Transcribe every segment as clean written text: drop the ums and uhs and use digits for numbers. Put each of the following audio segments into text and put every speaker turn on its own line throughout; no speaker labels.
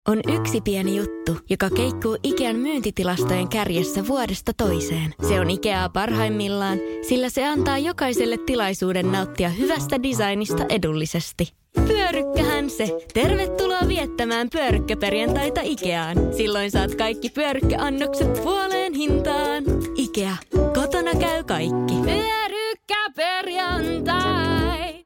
On yksi pieni juttu, joka keikkuu Ikean myyntitilastojen kärjessä vuodesta toiseen. Se on Ikeaa parhaimmillaan, sillä se antaa jokaiselle tilaisuuden nauttia hyvästä designista edullisesti. Pyörykkähän se! Tervetuloa viettämään pyörykkäperjantaita Ikeaan. Silloin saat kaikki pyörykkäannokset puoleen hintaan. Ikea. Kotona käy kaikki. Pyörykkäperjantai!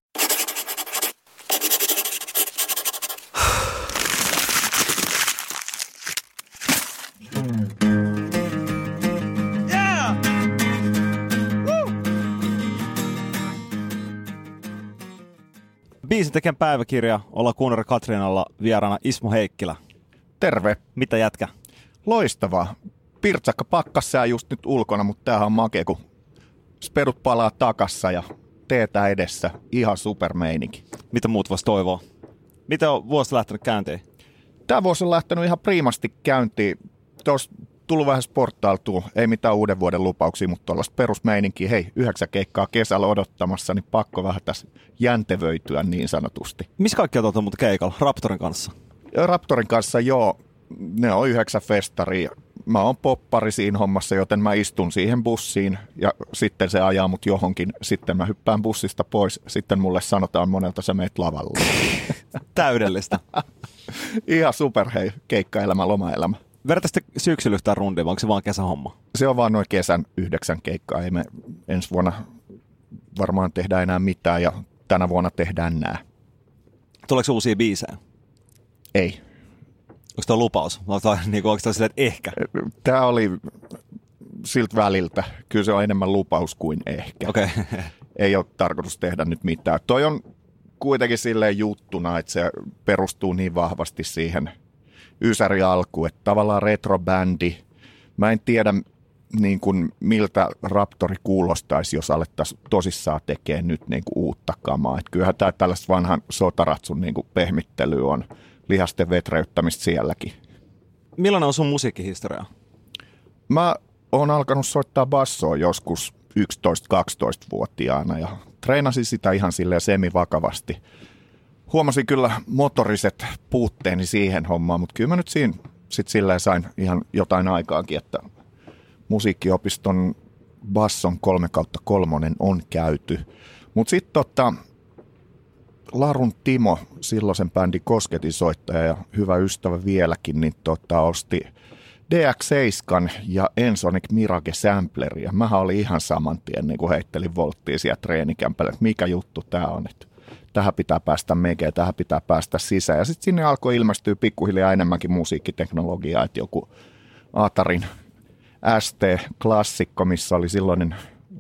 Biisin tekemään päiväkirja, ollaan Kuunnari Katriinalla vieraana Ismo Heikkilä.
Terve.
Mitä jätkä?
Loistavaa. Pirtsakka pakkassa just nyt ulkona, mutta tämähän on makea, kun spedut palaa takassa ja teetä edessä. Ihan supermeininki.
Mitä muut voisi toivoa? Miten on vuosi lähtenyt käyntiin?
Tämä vuosi on lähtenyt ihan priimasti käyntiin. Tuossa tullut vähän sporttailtua, ei mitään uuden vuoden lupauksia, mutta tuollaista perusmeininkiä. Hei, 9 keikkaa kesällä odottamassa, niin pakko vähän tässä jäntevöityä niin sanotusti.
Missä kaikki on muuten keikalla? Raptorin kanssa?
Raptorin kanssa joo, ne on 9 festaria. Mä oon poppari siinä hommassa, joten mä istun siihen bussiin ja sitten se ajaa mut johonkin. Sitten mä hyppään bussista pois, sitten mulle sanotaan monelta sä meet lavalle.
Täydellistä.
Ihan super hei, keikkaelämä, lomaelämä.
Vedätä sitten syksyllä yhtään rundia, vai onko se vaan kesähomma?
Se on vaan noin kesän 9 keikkaa. Ei me ensi vuonna varmaan tehdä enää mitään ja tänä vuonna tehdään nää.
Tuleeko uusia biisejä?
Ei.
Onko tämä lupaus? Onko tämä silleen, että ehkä?
Tämä oli siltä väliltä. Kyllä se on enemmän lupaus kuin ehkä.
Okay.
Ei ole tarkoitus tehdä nyt mitään. Toi on kuitenkin silleen juttuna, että se perustuu niin vahvasti siihen ysäri alkuun, että tavallaan retrobändi. Mä en tiedä niin kuin, miltä Raptori kuulostaisi, jos alettaisiin tosissaan tekemään nyt niin kuin uutta kamaa. Et kyllähän tämä tällaista vanhan sotaratsun niin kuin pehmittely on lihasten vetreyttämistä sielläkin.
Millainen on sun musiikkihistoria?
Mä oon alkanut soittaa bassoa joskus 11-12-vuotiaana ja treenasin sitä ihan silleen semivakavasti. Huomasin kyllä motoriset puutteeni siihen hommaan, mutta kyllä mä nyt siinä sit silleen sain ihan jotain aikaakin, että musiikkiopiston basson 3/3 on käyty. Mutta sitten Larun Timo, silloisen bändin kosketinsoittaja ja hyvä ystävä vieläkin, niin osti DX7 ja Ensoniq Mirage Sampleria. Mähän olin ihan saman tien, niin kun heittelin volttia siellä treenikämpällä, että mikä juttu tää on, että tähän pitää päästä mekeen, tähän pitää päästä sisään. Ja sitten sinne alkoi ilmestyä pikkuhiljaa enemmänkin musiikkiteknologiaa, että joku Atarin ST-klassikko, missä oli silloinen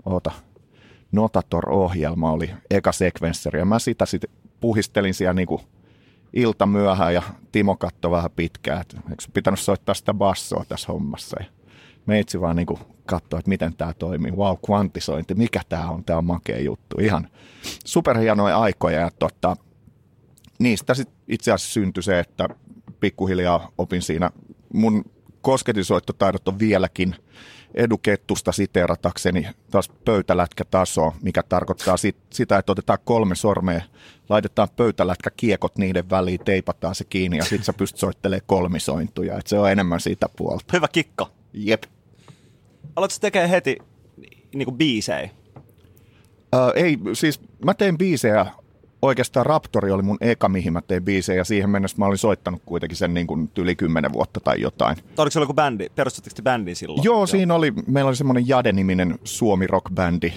Notator-ohjelma, oli eka sekvensseri. Ja mä sitä sitten puhistelin siellä niinku ilta myöhään ja Timo katsoi vähän pitkään, että eikö pitänyt soittaa sitä bassoa tässä hommassa. Ja meitsi vaan niinku katsoi, että miten tämä toimii. Wow, kvantisointi, mikä tämä on makea juttu. Ihan superhienoja aikoja ja niistä sitten itse asiassa syntyi se, että pikkuhiljaa opin siinä. Mun kosketinsoittotaidot on vieläkin Edu Kettusta siteeratakseni taas pöytälätkätasoa, mikä tarkoittaa sitä, että otetaan 3 sormea, laitetaan pöytälätkäkiekot niiden väliin, teipataan se kiinni ja sitten sä pystyt soittelemaan kolmisointuja. Et se on enemmän siitä puolta.
Hyvä kikka.
Jep.
Aloitko tekemään heti niinku biisejä?
Ei, siis mä tein biisejä. Oikeastaan Raptori oli mun eka, mihin mä tein biisejä, ja siihen mennessä mä olin soittanut kuitenkin sen niin kuin yli 10 vuotta tai jotain.
Oliko se joku bändi? Perustitteko te bändin silloin?
Joo, siinä meillä oli semmoinen Jade-niminen suomi-rock-bändi.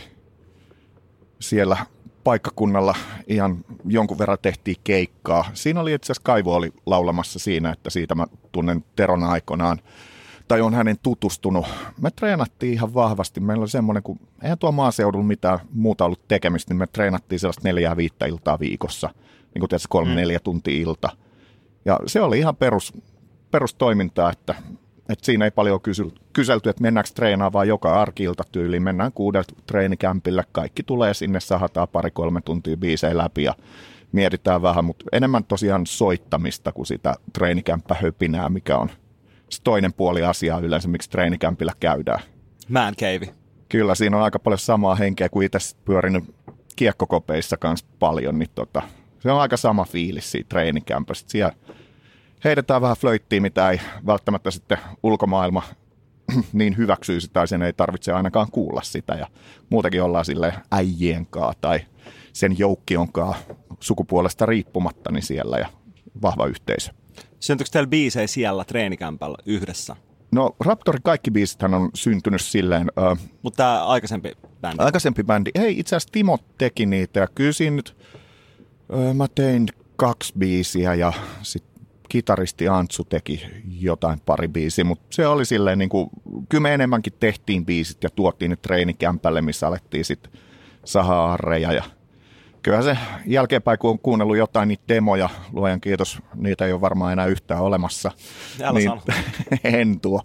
Siellä paikkakunnalla ihan jonkun verran tehtiin keikkaa. Siinä oli itse asiassa Kaivo oli laulamassa siinä, että siitä mä tunnen Teron aikoinaan. Tai on hänen tutustunut. Me treenattiin ihan vahvasti. Meillä oli semmoinen, kun eihän tuo maaseudulla mitään muuta ollut tekemistä, niin me treenattiin sellaista 4-5 iltaa viikossa. Niin kuin tietysti 3-4 tuntia ilta. Ja se oli ihan perustoimintaa, että siinä ei paljon kyselty, että mennäänkö treenaamaan vaan joka arki-ilta tyyliin. Mennään 6 treenikämpille, kaikki tulee sinne, sahataan 2-3 tuntia biisejä läpi ja mietitään vähän, mutta enemmän tosiaan soittamista kuin sitä treenikämppähöpinää, mikä on se toinen puoli asiaa yleensä, miksi treenikämpillä käydään.
Man cave.
Kyllä, siinä on aika paljon samaa henkeä kuin itse pyörinyt kiekkokopeissa kanssa paljon, niin se on aika sama fiilis siitä treenikämpästä. Siellä heitetään vähän flöittiä, mitä ei välttämättä sitten ulkomaailma niin hyväksyisi tai sen ei tarvitse ainakaan kuulla sitä. Ja muutenkin ollaan silleen äijienkaa tai sen joukkionkaa sukupuolesta riippumatta niin siellä ja vahva yhteisö.
Syntyykö teillä biisejä siellä treenikämpällä yhdessä?
No Raptorin kaikki biisithän on syntynyt silleen.
Mutta tämä aikaisempi bändi?
Aikaisempi bändi. Ei, itse asiassa Timo teki niitä ja kyllä siinä nyt mä tein 2 biisiä ja sitten kitaristi Antsu teki jotain pari biisiä, mutta se oli silleen niin kuin, kyllä me enemmänkin tehtiin biisit ja tuotiin ne treenikämpälle, missä alettiin sitten saha-arreja ja kyllä se jälkeenpäin, kun on kuunnellut jotain niitä demoja, luojan kiitos, niitä ei ole varmaan enää yhtään olemassa. Niin, en tuo.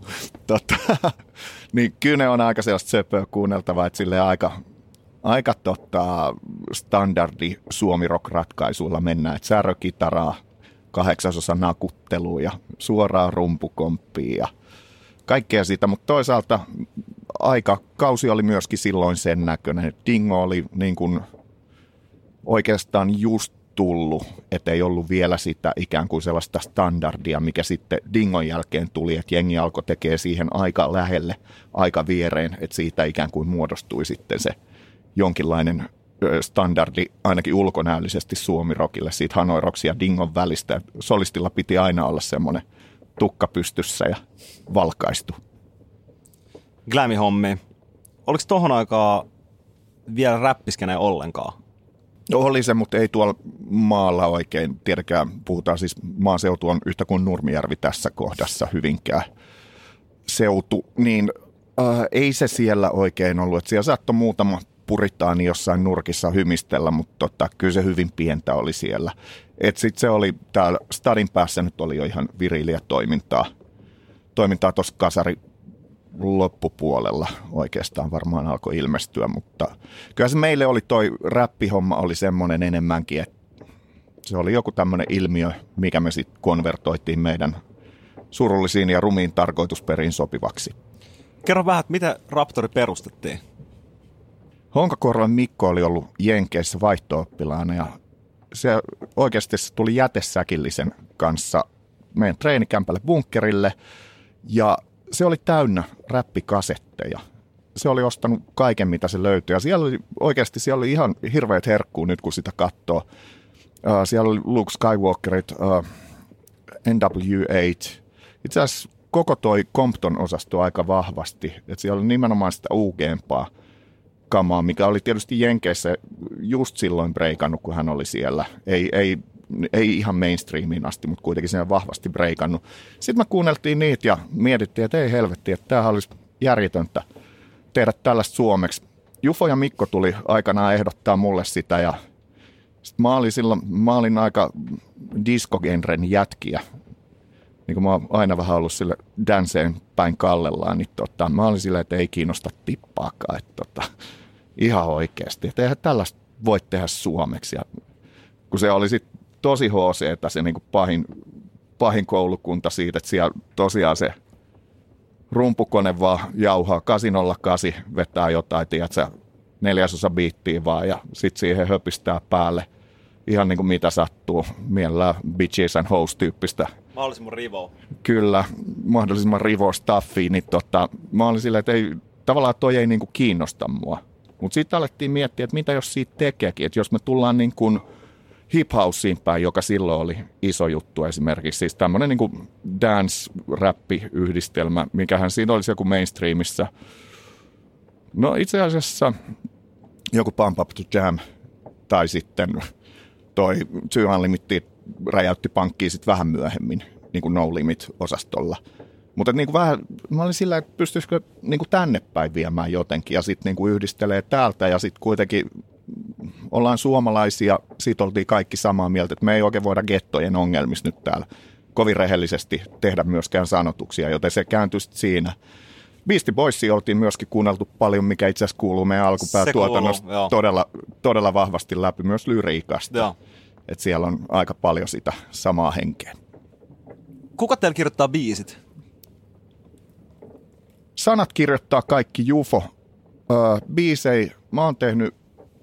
Niin kyllä ne on aika sellaista söpöä kuunneltavaa, että silleen aika standardi suomi-rock-ratkaisuilla mennään, että särökitaraa, 8/8 nakuttelua ja suoraan rumpukomppia ja kaikkea sitä, mutta toisaalta aikakausi oli myöskin silloin sen näköinen. Dingo oli niin kuin oikeastaan just tullut, ettei ollut vielä sitä ikään kuin sellaista standardia, mikä sitten Dingon jälkeen tuli, että jengi alkoi tekemään siihen aika lähelle, aika viereen, että siitä ikään kuin muodostui sitten se jonkinlainen standardi ainakin ulkonäöllisesti suomi-rockille siitä Hanoi Rocks ja Dingon välistä. Solistilla piti aina olla semmoinen tukka pystyssä ja valkaistu.
Glammy-hommi. Oliko tohon aikaa vielä räppiskeneen ollenkaan?
Oli se, mutta ei tuolla maalla oikein. Tiedäkään, puhutaan siis maaseutu on yhtä kuin Nurmijärvi tässä kohdassa, Hyvinkää seutu, niin ei se siellä oikein ollut. Että siellä saattoi muutama puritaani jossain nurkissa hymistellä, mutta kyllä se hyvin pientä oli siellä. Et sit se oli täällä stadin päässä nyt oli jo ihan viriliä toimintaa tuossa kasari loppupuolella oikeastaan varmaan alkoi ilmestyä, mutta kyllä se meille oli toi räppihomma oli semmoinen enemmänkin, että se oli joku tämmöinen ilmiö, mikä me sitten konvertoitiin meidän surullisiin ja rumiin tarkoitusperiin sopivaksi.
Kerro vähän, että miten Raptori perustettiin?
Honkakorvan Mikko oli ollut Jenkeissä vaihto-oppilaana ja oikeasti se tuli jätesäkillisen kanssa meidän treenikämpälle bunkkerille ja se oli täynnä räppikasetteja. Se oli ostanut kaiken, mitä se löytyi. Ja siellä oli ihan hirveät herkkuu nyt, kun sitä katsoo. Siellä oli Luke Skywalkerit, NW8. Itse asiassa koko toi Compton-osasto aika vahvasti. Et siellä oli nimenomaan sitä UG-mpaa kamaa, mikä oli tietysti Jenkeissä just silloin breikannut, kun hän oli siellä. Ei ihan mainstreamiin asti, mutta kuitenkin siinä vahvasti breikannut. Sitten me kuunneltiin niitä ja mietittiin, että ei helvetti, että tämähän olisi järjetöntä tehdä tällaista suomeksi. Jufo ja Mikko tuli aikanaan ehdottaa mulle sitä ja mä olin aika diskogenren jätkiä. Niin kuin mä oon aina vähän ollut sille danceen päin kallellaan, niin mä olin silleen, että ei kiinnosta tippaakaan. Että ihan oikeasti, että eihän tällaista voi tehdä suomeksi. Ja kun se oli sitten tosi HC, se niin kuin pahin koulukunta siitä, että siellä tosiaan se rumpukone vaan jauhaa 808, vetää jotain, tiedätkö, 4/4 biittiä vaan ja sitten siihen höpistää päälle ihan niin kuin mitä sattuu, mielellään bitches and hoes -tyyppistä.
Mahdollisimman rivo.
Kyllä, mahdollisimman rivo stuffia, niin mä olin silleen, että ei, tavallaan toi ei niin kuin kiinnosta mua. Mutta sitten alettiin miettiä, että mitä jos siitä tekeekin, että jos me tullaan niin kuin hip-houseen päin, joka silloin oli iso juttu esimerkiksi, siis tämmöinen niin kuin dance-räppi-yhdistelmä, mikähän siinä olisi joku mainstreamissa. No itse asiassa joku Pump Up to Jam tai sitten toi Too Unlimited räjäytti pankkiin sitten vähän myöhemmin, niin kuin No Limit-osastolla. Mutta niin vähän, mä olin sillä, että pystyisikö niin kuin tänne päin viemään jotenkin ja sitten niin yhdistelee täältä ja sitten kuitenkin ollaan suomalaisia, siitä oltiin kaikki samaa mieltä, että me ei oikein voida gettojen ongelmissa nyt täällä kovin rehellisesti tehdä myöskään sanotuksia, joten se kääntyi siinä. Beastie Boysia oltiin myöskin kuunneltu paljon, mikä itse asiassa kuuluu meidän alkupäätuotannosta todella vahvasti läpi myös lyriikasta. Että siellä on aika paljon sitä samaa henkeä.
Kuka teillä kirjoittaa biisit?
Sanat kirjoittaa kaikki Jufo. Biisei mä oon tehnyt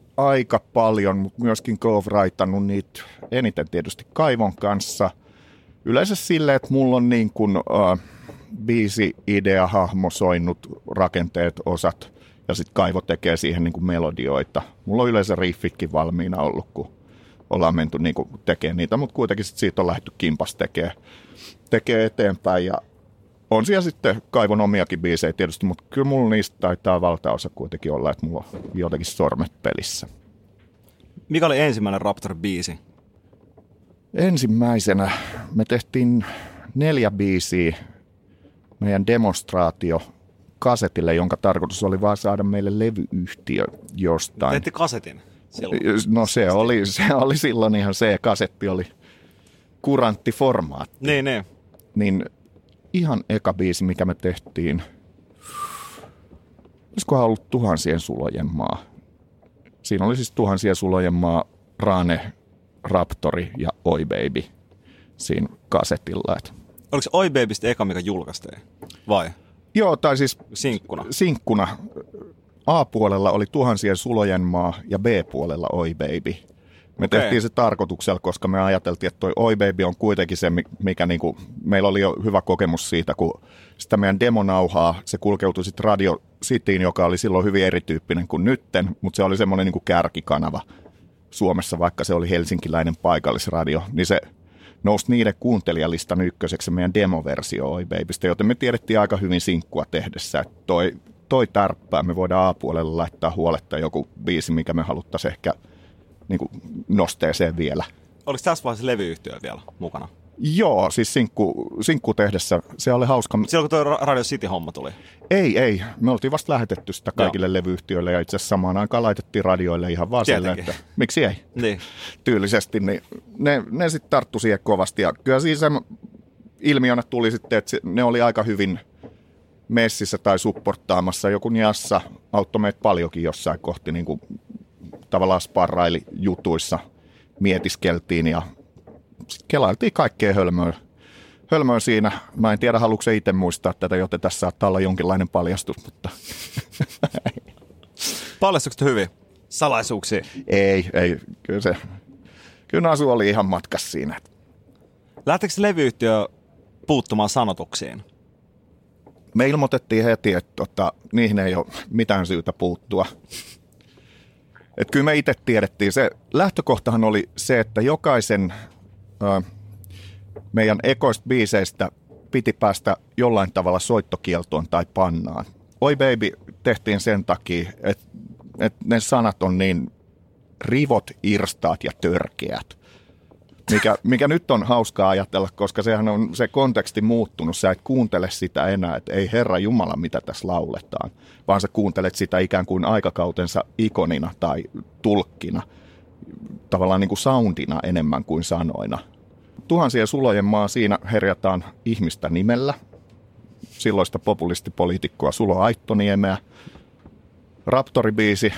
aika paljon, mutta myöskin co-writannut niitä eniten tietysti Kaivon kanssa. Yleensä silleen, että mulla on niin kuin biisi, idea, hahmo, soinnut, rakenteet, osat ja sitten Kaivo tekee siihen niin kuin melodioita. Mulla on yleensä riffitkin valmiina ollut, kun ollaan menty niin kuin tekemään niitä, mutta kuitenkin sit siitä on lähdetty kimpas tekee eteenpäin ja on siellä sitten Kaivon omiakin biisejä tietysti, mutta kyllä mulla niistä taitaa valtaosa kuitenkin olla, että mulla on jotenkin sormet pelissä.
Mikä oli ensimmäinen Raptor-biisi?
Ensimmäisenä me tehtiin 4 biisiä meidän demonstraatio kasetille, jonka tarkoitus oli vaan saada meille levyyhtiö jostain.
Teitte kasetin silloin?
No se oli silloin ihan se, kasetti oli kurantti formaatti. Niin ihan eka biisi, mikä me tehtiin, olisikohan ollut Tuhansien sulojen maa. Siinä oli siis Tuhansien sulojen maa, Rane, Raptori ja Oi Baby siinä kasetilla.
Oliko se Oi Babystä eka, mikä julkaistiin? Vai?
Joo, tai siis
Sinkkuna.
A-puolella oli Tuhansien sulojen maa ja B-puolella Oi Baby. Me tehtiin se tarkoituksella, koska me ajateltiin, että toi Oi Baby on kuitenkin se, mikä niinku, meillä oli jo hyvä kokemus siitä, kun sitä meidän demonauhaa, se kulkeutui sitten Radio Cityin, joka oli silloin hyvin erityyppinen kuin nytten, mutta se oli semmoinen niinku kärkikanava Suomessa, vaikka se oli helsinkiläinen paikallisradio, niin se nousi niiden kuuntelijalistan ykköseksi se meidän demoversio Oi Babystä, joten me tiedettiin aika hyvin sinkkua tehdessä, että toi tärppää, me voidaan A-puolelle laittaa huoletta joku biisi, mikä me haluttaisiin ehkä niin kuin nosteeseen vielä.
Oliko tässä vaiheessa levyyhtiö vielä mukana?
Joo, siis sinkku tehdessä se oli hauska.
Silloin kun tuo Radio City-homma tuli?
Ei. Me oltiin vasta lähetetty sitä kaikille levyyhtiöille ja itse asiassa samaan aikaan laitettiin radioille ihan vaan silleen, että miksi ei?
Niin.
Tyylisesti, niin ne sitten tarttu siihen kovasti. Ja kyllä siis ilmiönä tuli sitten, että ne oli aika hyvin messissä tai supporttaamassa. Joku Niassa auttoi meitä paljonkin jossain kohti, niin kuin tavallaan sparraili jutuissa, mietiskeltiin ja kelailtiin kaikkea hölmöä siinä. Mä en tiedä, haluatko se itse muistaa tätä, joten tässä saattaa olla jonkinlainen paljastus, mutta
Paljastuiko hyvin? Salaisuuksia?
Ei. Kyllä Asu oli ihan matkas siinä.
Lähtikö levyyhtiö puuttumaan sanotuksiin?
Me ilmoitettiin heti, että niihin ei ole mitään syytä puuttua. Että kyllä me itse tiedettiin. Se lähtökohtahan oli se, että jokaisen meidän ekoista biiseistä piti päästä jollain tavalla soittokieltoon tai pannaan. Oi Baby tehtiin sen takia, että ne sanat on niin rivot, irstaat ja törkeät. Mikä nyt on hauskaa ajatella, koska sehän on se konteksti muuttunut. Sä et kuuntele sitä enää, että ei Herra Jumala, mitä tässä lauletaan, vaan sä kuuntelet sitä ikään kuin aikakautensa ikonina tai tulkkina, tavallaan niin kuin soundina enemmän kuin sanoina. Tuhansien sulojen maa, siinä herjataan ihmistä nimellä, silloista populistipoliitikkoa Sulo Aittoniemeä. Raptori-biisi,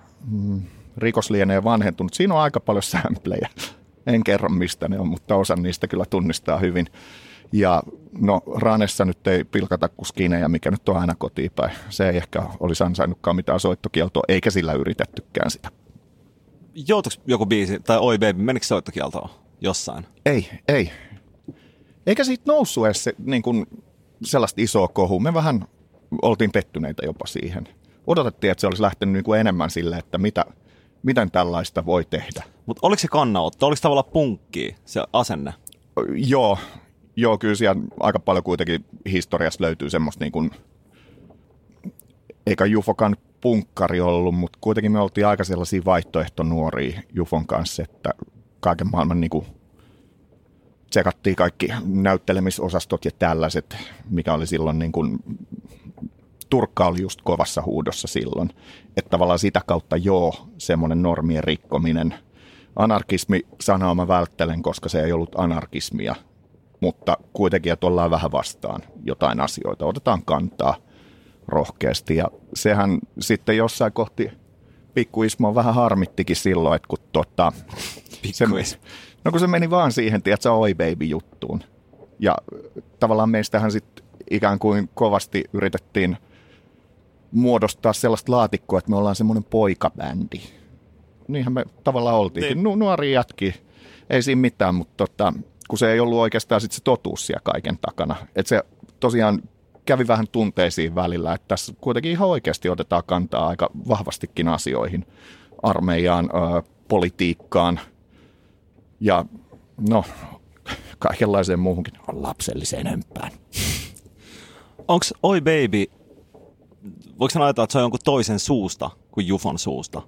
Rikos lienee vanhentunut, siinä on aika paljon sämplejä. En kerro mistä ne on, mutta osa niistä kyllä tunnistaa hyvin. Ja no Ranessa nyt ei pilkata kuin skinejä, mikä nyt on aina kotiinpäin. Se ei ehkä olisi ansainnutkaan mitään soittokieltoa, eikä sillä yritettykään sitä.
Joutuiko joku biisi, tai Oi Baby, menikö soittokieltoa jossain?
Ei. Eikä siitä noussut edes se, niin kuin sellaista isoa kohua. Me vähän oltiin pettyneitä jopa siihen. Odotettiin, että se olisi lähtenyt niin kuin enemmän sille, että miten tällaista voi tehdä.
Mutta oliko se kannanotto? Oliko tavallaan punkki se asenne?
Joo, kyllä siellä aika paljon kuitenkin historiassa löytyy semmoista niin kuin, eikä Jufokan punkkari ollut, mutta kuitenkin me oltiin aika sellaisia vaihtoehtonuoria Jufon kanssa, että kaiken maailman niin kuin tsekattiin kaikki näyttelemisosastot ja tällaiset, mikä oli silloin niin kuin, Turkka oli just kovassa huudossa silloin, että tavallaan sitä kautta semmoinen normien rikkominen. Anarkismi sanaa mä välttelen, koska se ei ollut anarkismia, mutta kuitenkin, että ollaan vähän vastaan jotain asioita, otetaan kantaa rohkeasti ja sehän sitten jossain kohti Pikku Ismo vähän harmittikin silloin, että kun se meni vaan siihen, tiedätkö, Oi Baby juttuun ja tavallaan meistähän sitten ikään kuin kovasti yritettiin muodostaa sellaista laatikkoa, että me ollaan semmoinen poikabändi. Niinhän me tavallaan oltiinkin. Nuoria jätkiä, ei siinä mitään, mutta kun se ei ollut oikeastaan sit se totuus siellä kaiken takana. Että se tosiaan kävi vähän tunteisiin välillä, että tässä kuitenkin ihan oikeasti otetaan kantaa aika vahvastikin asioihin, armeijaan, politiikkaan ja no kaikenlaiseen muuhunkin lapselliseen hömpään.
Onks Oi Baby, voiko sen ajatella, että se on jonkun toisen suusta kuin Jufon suusta?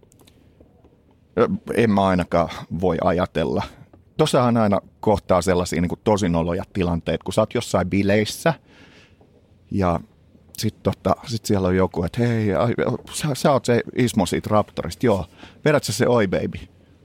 En mä ainakaan voi ajatella. Tossahan aina kohtaa sellaisia niin kuin tosinoloja tilanteita, kun sä oot jossain bileissä ja sitten sit siellä on joku, että hei, sä oot se Ismo siitä Raptorista, joo, vedät sä se Oi Baby?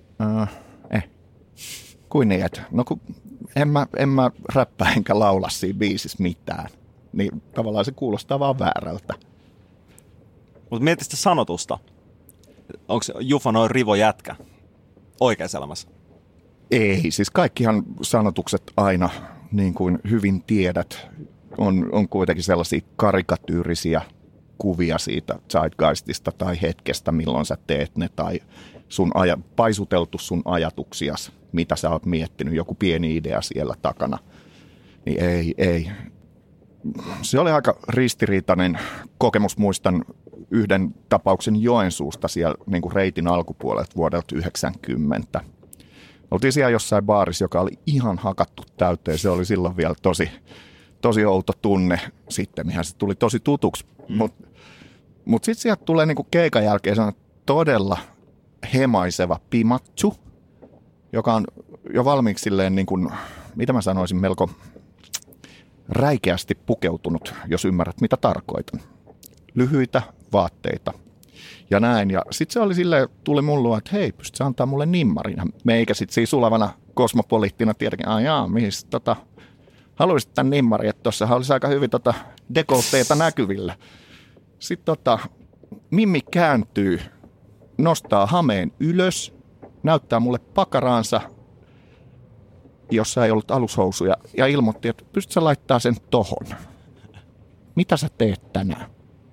Kuin niin, että no kun en mä räppää enkä laula siinä biisissä mitään, niin tavallaan se kuulostaa vaan väärältä.
Mutta mieti sitä sanotusta. Onko Jufa noin rivo jätkä oikeassa elämässä?
Ei, siis kaikkihan sanotukset aina, niin kuin hyvin tiedät, on kuitenkin sellaisia karikatyyrisiä kuvia siitä zeitgeistista tai hetkestä, milloin sä teet ne, tai paisuteltu sun ajatuksias, mitä sä oot miettinyt, joku pieni idea siellä takana. Niin ei. Se oli aika ristiriitainen kokemus, muistan yhden tapauksen Joensuusta siellä niin kuin reitin alkupuolelta vuodelta 90. Oltiin siellä jossain baarissa, joka oli ihan hakattu täyteen. Se oli silloin vielä tosi outo tunne. Sittemminhän se tuli tosi tutuksi. Mutta sitten sieltä tulee niin kuin keikan jälkeen todella hemaiseva Pimatsu, joka on jo valmiiksi silleen, niin kuin, mitä mä sanoisin, melko räikeästi pukeutunut, jos ymmärrät, mitä tarkoitan. Lyhyitä vaatteita ja näin. Ja sitten se oli silleen, tuli mun luo, että hei, pystyt sä antaa mulle nimmarin. Meikä sitten siinä sulavana kosmopoliittina tietenkin, mihin haluaisit tämän nimmarin, että tuossa olisi aika hyvin dekolteita näkyvillä. Sitten Mimmi kääntyy, nostaa hameen ylös, näyttää mulle pakaraansa, jossa ei ollut alushousuja, ja ilmoitti, että pystyt sä laittaa sen tohon. Mitä sä teet tänään?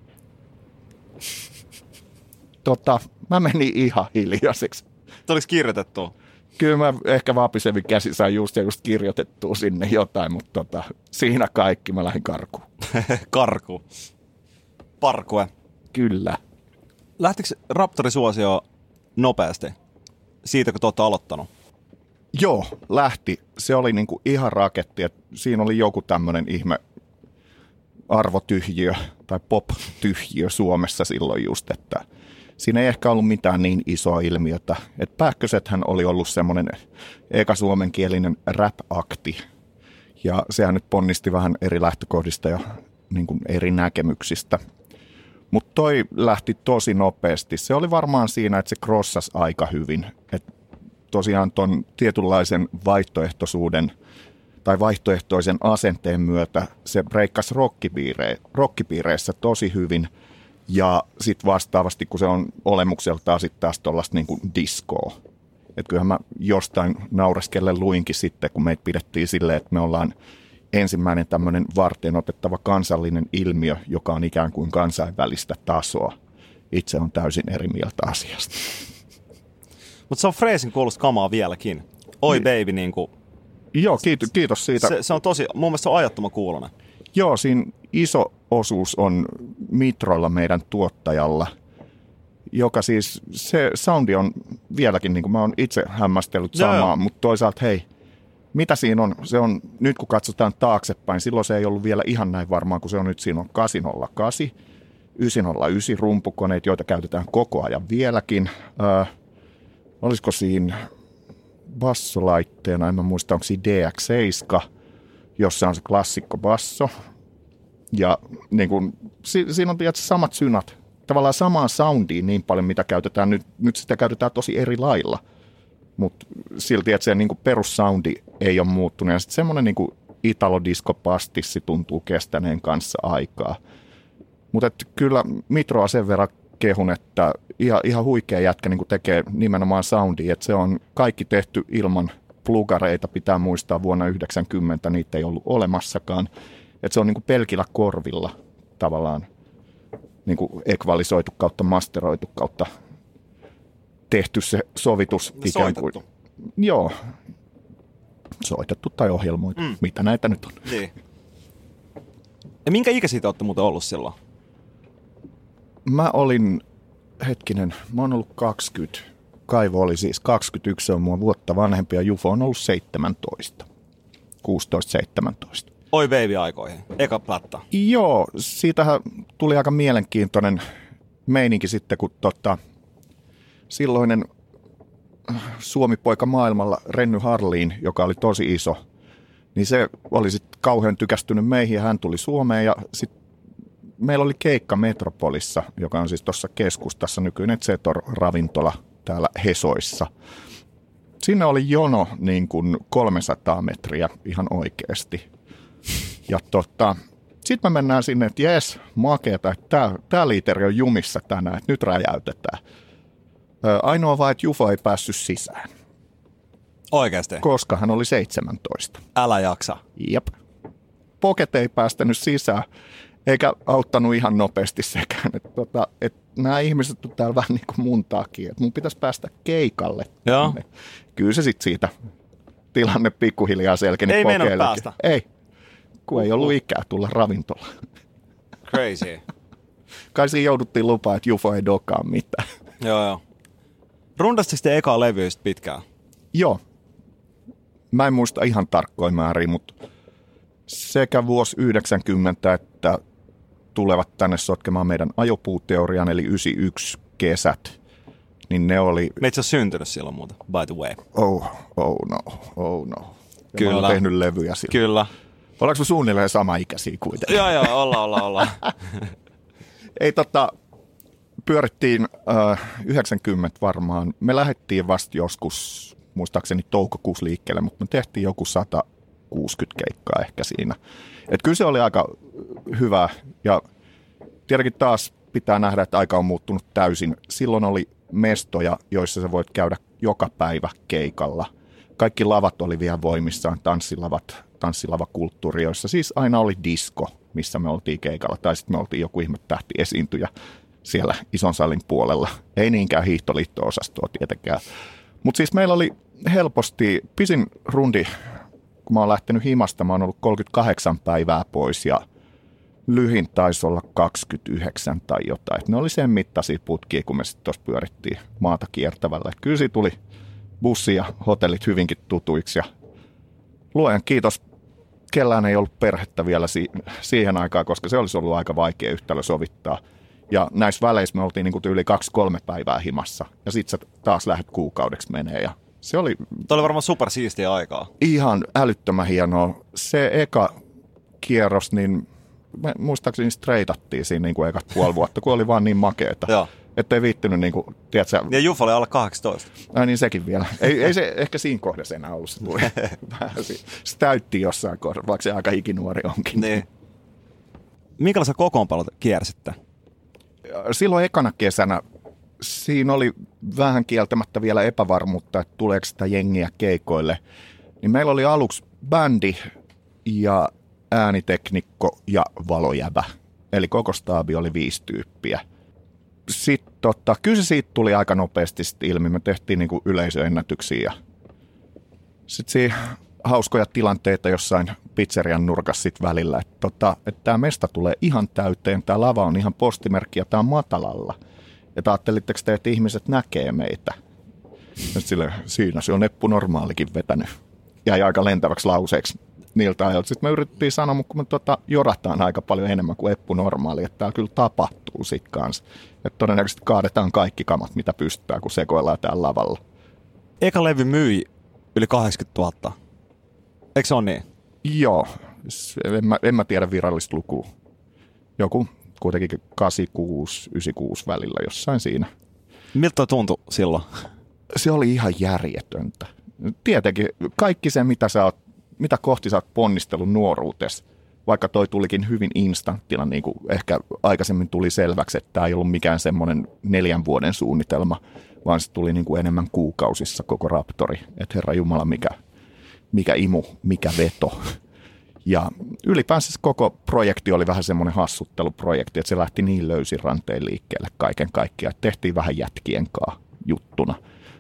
Mä menin ihan hiljaiseksi.
Oliko kirjoitettu?
Kyllä mä ehkä vapisevin käsi sain just kirjoitettua sinne jotain, mutta siinä kaikki, mä lähdin karkuun.
Karku. Parkue.
Kyllä.
Lähtikö Raptori-suosio nopeasti siitä, kun te olette aloittanut?
Joo, lähti. Se oli niinku ihan raketti. Siinä oli joku tämmöinen ihme arvotyhjiö tai pop-tyhjiö Suomessa silloin just, että siinä ei ehkä ollut mitään niin isoa ilmiötä. Et Pähkösethän oli ollut semmoinen eka suomenkielinen rap-akti, ja sehän nyt ponnisti vähän eri lähtökohdista ja niin kuin eri näkemyksistä. Mutta toi lähti tosi nopeasti. Se oli varmaan siinä, että se crossasi aika hyvin. Et tosiaan ton tietynlaisen vaihtoehtoisuuden tai vaihtoehtoisen asenteen myötä se breikkasi rockipiireissä tosi hyvin. Ja sitten vastaavasti, kun se on olemukseltaan sitten taas tuollaista niin kuin diskoa. Että kyllähän mä jostain naureskellen luinkin sitten, kun meitä pidettiin silleen, että me ollaan ensimmäinen tämmöinen varten otettava kansallinen ilmiö, joka on ikään kuin kansainvälistä tasoa. Itse on täysin eri mieltä asiasta.
Mutta se on freesin kuulosta kamaa vieläkin. Oi baby niinku.
Joo, kiitos siitä.
Se on tosi, mun mielestä se on ajattoman kuulonen.
Joo, siinä iso osuus on Mitrolla meidän tuottajalla, joka siis, se soundi on vieläkin, niin kuin mä oon itse hämmästellyt samaa, mutta toisaalta hei, mitä siinä on? Se on, nyt kun katsotaan taaksepäin, silloin se ei ollut vielä ihan näin varmaan, kun se on nyt, siinä on 808, 909 rumpukoneet, joita käytetään koko ajan vieläkin. Olisiko siinä bassolaitteena, en mä muista, onko siinä DX7, jossa on se klassikko basso. Ja niin kun, siinä on tietysti samat synat, tavallaan samaan soundiin niin paljon, mitä käytetään. Nyt sitä käytetään tosi eri lailla, mutta silti, että se niin kuin perussoundi ei ole muuttunut. Ja sitten semmoinen niin kuin italo-disco-pastissi tuntuu kestäneen kanssa aikaa. Mutta kyllä Mitroa sen verran kehun, että ihan huikea jätkä niin kuin tekee nimenomaan soundia, että se on kaikki tehty ilman plugareita, pitää muistaa vuonna 1990, niitä ei ollut olemassakaan. Että se on niin kuin pelkillä korvilla tavallaan niin kuin ekvalisoitu kautta masteroitu kautta tehty se sovitus ikään kuin. Joo. soitettu tai ohjelmoitu, mitä näitä nyt on.
Niin. Ja minkä ikäisiä te olette muuten ollut silloin?
Mä oon ollut 20. Kaivo oli siis 21, se on mua vuotta vanhempi ja Jufo on ollut 17. 16-17.
Oi baby-aikoihin. Eka platta.
Joo, siitähän tuli aika mielenkiintoinen meininki sitten, kun silloinen Suomi-poika maailmalla Renny Harlin, joka oli tosi iso, niin se oli sitten kauhean tykästynyt meihin ja hän tuli Suomeen ja sitten meillä oli keikka Metropolissa, joka on siis tuossa keskustassa, nykyinen Zetor-ravintola täällä Hesoissa. Sinne oli jono niin kuin 300 metriä ihan oikeasti. Ja sitten me mennään sinne, että jes, makeeta, että tämä liiteri on jumissa tänään, että nyt räjäytetään. Ainoa vaan, että Jufo ei päässyt sisään.
Oikeasti?
Koska hän oli 17.
Älä jaksa.
Jep. Pocket ei päästänyt sisään, eikä auttanut ihan nopeasti sekään. Että nämä ihmiset on täällä vähän niin kuin mun takia, että mun pitäisi päästä keikalle.
Joo.
Kyllä se sitten siitä tilanne pikkuhiljaa selkeni
ei
Pokeellekin.
Ei päästä?
Ei, kun ei ollut ikää tulla ravintolaan.
Crazy.
Kai siinä jouduttiin lupaa, että Jufo ei dokaa mitään.
Joo. Rundastiko te ekaa levyä pitkään?
Joo. Mä en muista ihan tarkkoja määriä, mutta sekä vuosi 90 että tulevat tänne sotkemaan meidän ajopuuteorian, eli 91 kesät, niin ne oli...
Me itse asiassa syntynyt silloin muuta, by the way.
Oh no.
Kyllä.
Mä oon tehnyt levyjä silloin.
Kyllä.
Ollaanko me suunnilleen sama ikäisiä kuitenkin?
Joo, ollaan.
Ei pyörittiin 90 varmaan. Me lähdettiin vasta joskus, muistaakseni toukokuussa liikkeelle, mutta me tehtiin joku 160 keikkaa ehkä siinä. Et kyllä se oli aika hyvä ja tietenkin taas pitää nähdä, että aika on muuttunut täysin. Silloin oli mestoja, joissa sä voit käydä joka päivä keikalla. Kaikki lavat oli vielä voimissaan, tanssilavakulttuuri, joissa siis aina oli disko, missä me oltiin keikalla. Tai sitten me oltiin joku ihme tähtiesiintyjä siellä ison salin puolella. Ei niinkään hiihtoliitto-osastoa tietenkään. Mutta siis meillä oli helposti pisin rundi, kun mä oon lähtenyt himasta, mä oon ollut 38 päivää pois ja lyhin taisi olla 29 tai jotain. Et ne oli sen mittaisia putkia, kun me sitten tuossa pyörittiin maata kiertävällä. Et kyllä siitä tuli bussi ja hotellit hyvinkin tutuiksi ja luojan kiitos, kellään ei ollut perhettä vielä siihen aikaan, koska se olisi ollut aika vaikea yhtälö sovittaa. Ja näissä väleissä me oltiin niin kuin yli 2-3 päivää himassa ja sitten sä taas lähdet kuukaudeksi menee ja se oli...
Tuo oli varmaan supersiistiä aikaa. Ihan
älyttömän hienoa. Se eka kierros, niin me muistaakseni streitattiin siinä niin kuin ekat puoli vuotta, kun oli vaan niin makeeta. Että ei viittynyt, niin kuin, tiedätkö...
Ja Juffa oli alle 18.
Niin sekin vielä. Ei se ehkä siinä kohdassa enää ollut. Se täytti jossain kohdassa, vaikka se aika ikinuori onkin.
Niin. Minkälaisia kokoonpalot kiersitte?
Silloin ekana kesänä siinä oli vähän kieltämättä vielä epävarmuutta, että tuleeko sitä jengiä keikoille. Niin meillä oli aluksi bändi ja ääniteknikko ja valojäbä. Eli koko staabi oli 5 tyyppiä. Sitten kyllä se siitä tuli aika nopeasti ilmi. Me tehtiin niinku yleisöennätyksiä. Sitten siinä hauskoja tilanteita jossain pizzerian nurkassa sit välillä. Että tämä mesta tulee ihan täyteen, tämä lava on ihan postimerkki ja tämä on matalalla. Ja ajattelitteko te, että ihmiset näkee meitä? Siinä se on Eppu Normaalikin vetänyt. Jäi aika lentäväksi lauseeksi niiltä ajoilta. Sitten me yritettiin sanoa, mutta kun me jorataan aika paljon enemmän kuin Eppu Normaali, että täällä kyllä tapahtuu sit kanssa. Että todennäköisesti kaadetaan kaikki kamat, mitä pystytään, kun sekoillaan täällä lavalla.
Eka levy myi yli 80 000. Eikö se ole niin?
Joo. En mä tiedä virallista lukua. Joku kuitenkin 86-96 välillä jossain siinä.
Miltä toi tuntui silloin?
Se oli ihan järjetöntä. Tietenkin kaikki se, mitä kohti sä oot ponnistellut nuoruutesi, vaikka toi tulikin hyvin instanttina, niin kuin ehkä aikaisemmin tuli selväksi, että tämä ei ollut mikään semmoinen 4 vuoden suunnitelma, vaan se tuli niin kuin enemmän kuukausissa koko Raptori. Että herra jumala, mikä imu, mikä veto. Ja ylipäänsä koko projekti oli vähän semmoinen hassutteluprojekti, että se lähti niin löysin ranteen liikkeelle kaiken kaikkiaan, että tehtiin vähän jätkien kanssa juttuna.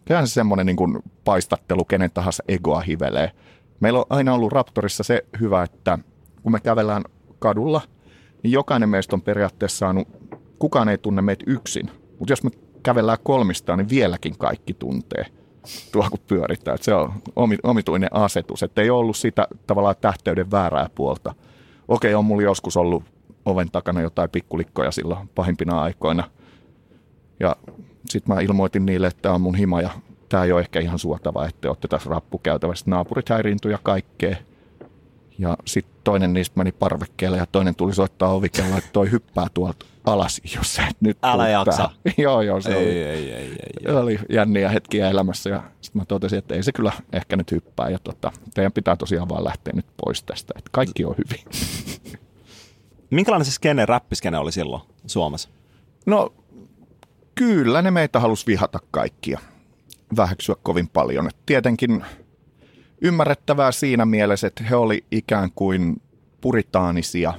Kyllähän se semmoinen niin kuin paistattelu kenen tahansa egoa hivelee. Meillä on aina ollut Raptorissa se hyvä, että kun me kävellään kadulla, niin jokainen meistä on periaatteessa saanut, kukaan ei tunne meitä yksin. Mutta jos me kävellään kolmistaan, niin vieläkin kaikki tuntee tuo, kun pyörittää. Et se on omituinen asetus, että ei ole ollut sitä tavallaan tähteyden väärää puolta. Okei, on mulla joskus ollut oven takana jotain pikkulikkoja silloin pahimpina aikoina. Ja sitten mä ilmoitin niille, että tämä on mun hima ja tämä ei ole ehkä ihan suotavaa, että olette tässä rappukäytävässä. Naapurit häiriintyi ja kaikkea. Ja sitten toinen niistä meni parvekkeelle ja toinen tuli soittaa ovikella, että toi hyppää tuolta alas, jos sä et nyt
Älä jaksa.
Joo, se
ei.
oli jänniä hetkiä elämässä ja sitten mä totesin, että ei se kyllä ehkä nyt hyppää ja teidän pitää tosiaan vaan lähteä nyt pois tästä, että kaikki on hyvin.
Minkälainen se räppiskene oli silloin Suomessa?
No kyllä ne meitä halusi vihata kaikkia, väheksyä kovin paljon. Et tietenkin ymmärrettävää siinä mielessä, että he oli ikään kuin puritaanisia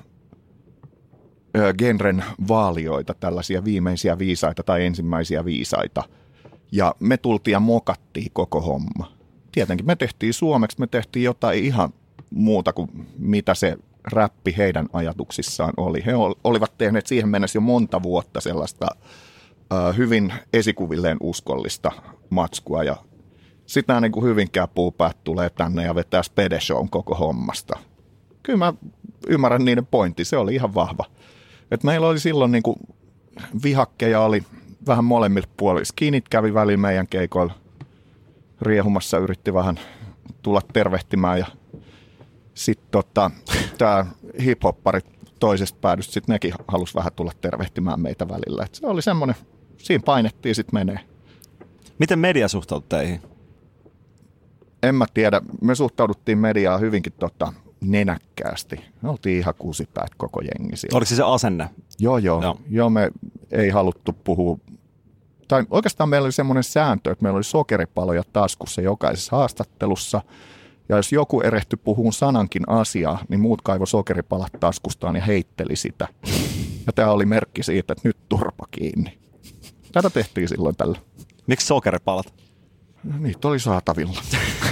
genren vaalioita, tällaisia viimeisiä viisaita tai ensimmäisiä viisaita. Ja me tultiin ja mokattiin koko homma. Tietenkin me tehtiin suomeksi, me tehtiin jotain ihan muuta kuin mitä se räppi heidän ajatuksissaan oli. He olivat tehneet siihen mennessä jo monta vuotta sellaista hyvin esikuvilleen uskollista matskua ja sitten nämä niin kuin Hyvinkään puupäät tulee tänne ja vetää Spede Shown koko hommasta. Kyllä mä ymmärrän niiden pointti, se oli ihan vahva. Et meillä oli silloin niin kuin vihakkeja oli vähän molemmilta puolilla. Skinit kävi väliin meidän keikoilla riehumassa, yritti vähän tulla tervehtimään ja sitten tämä hiphopparit toisesta päädystä, sitten nekin halusi vähän tulla tervehtimään meitä välillä. Et se oli semmoinen, siinä painettiin sitten menee.
Miten media suhtautui teihin?
En mä tiedä, me suhtauduttiin mediaan hyvinkin nenäkkäästi. Me oltiin ihan kusipäät koko jengi siellä.
Oliko se asenne?
Joo, me ei haluttu puhua. Tai oikeastaan meillä oli semmoinen sääntö, että meillä oli sokeripaloja taskussa jokaisessa haastattelussa. Ja jos joku erehtyi puhumaan sanankin asiaa, niin muut kaivoi sokeripalat taskustaan ja heitteli sitä. Ja tämä oli merkki siitä, että nyt turpa kiinni. Tätä tehtiin silloin tällä.
Miksi sokeripalat?
Niitä oli saatavilla.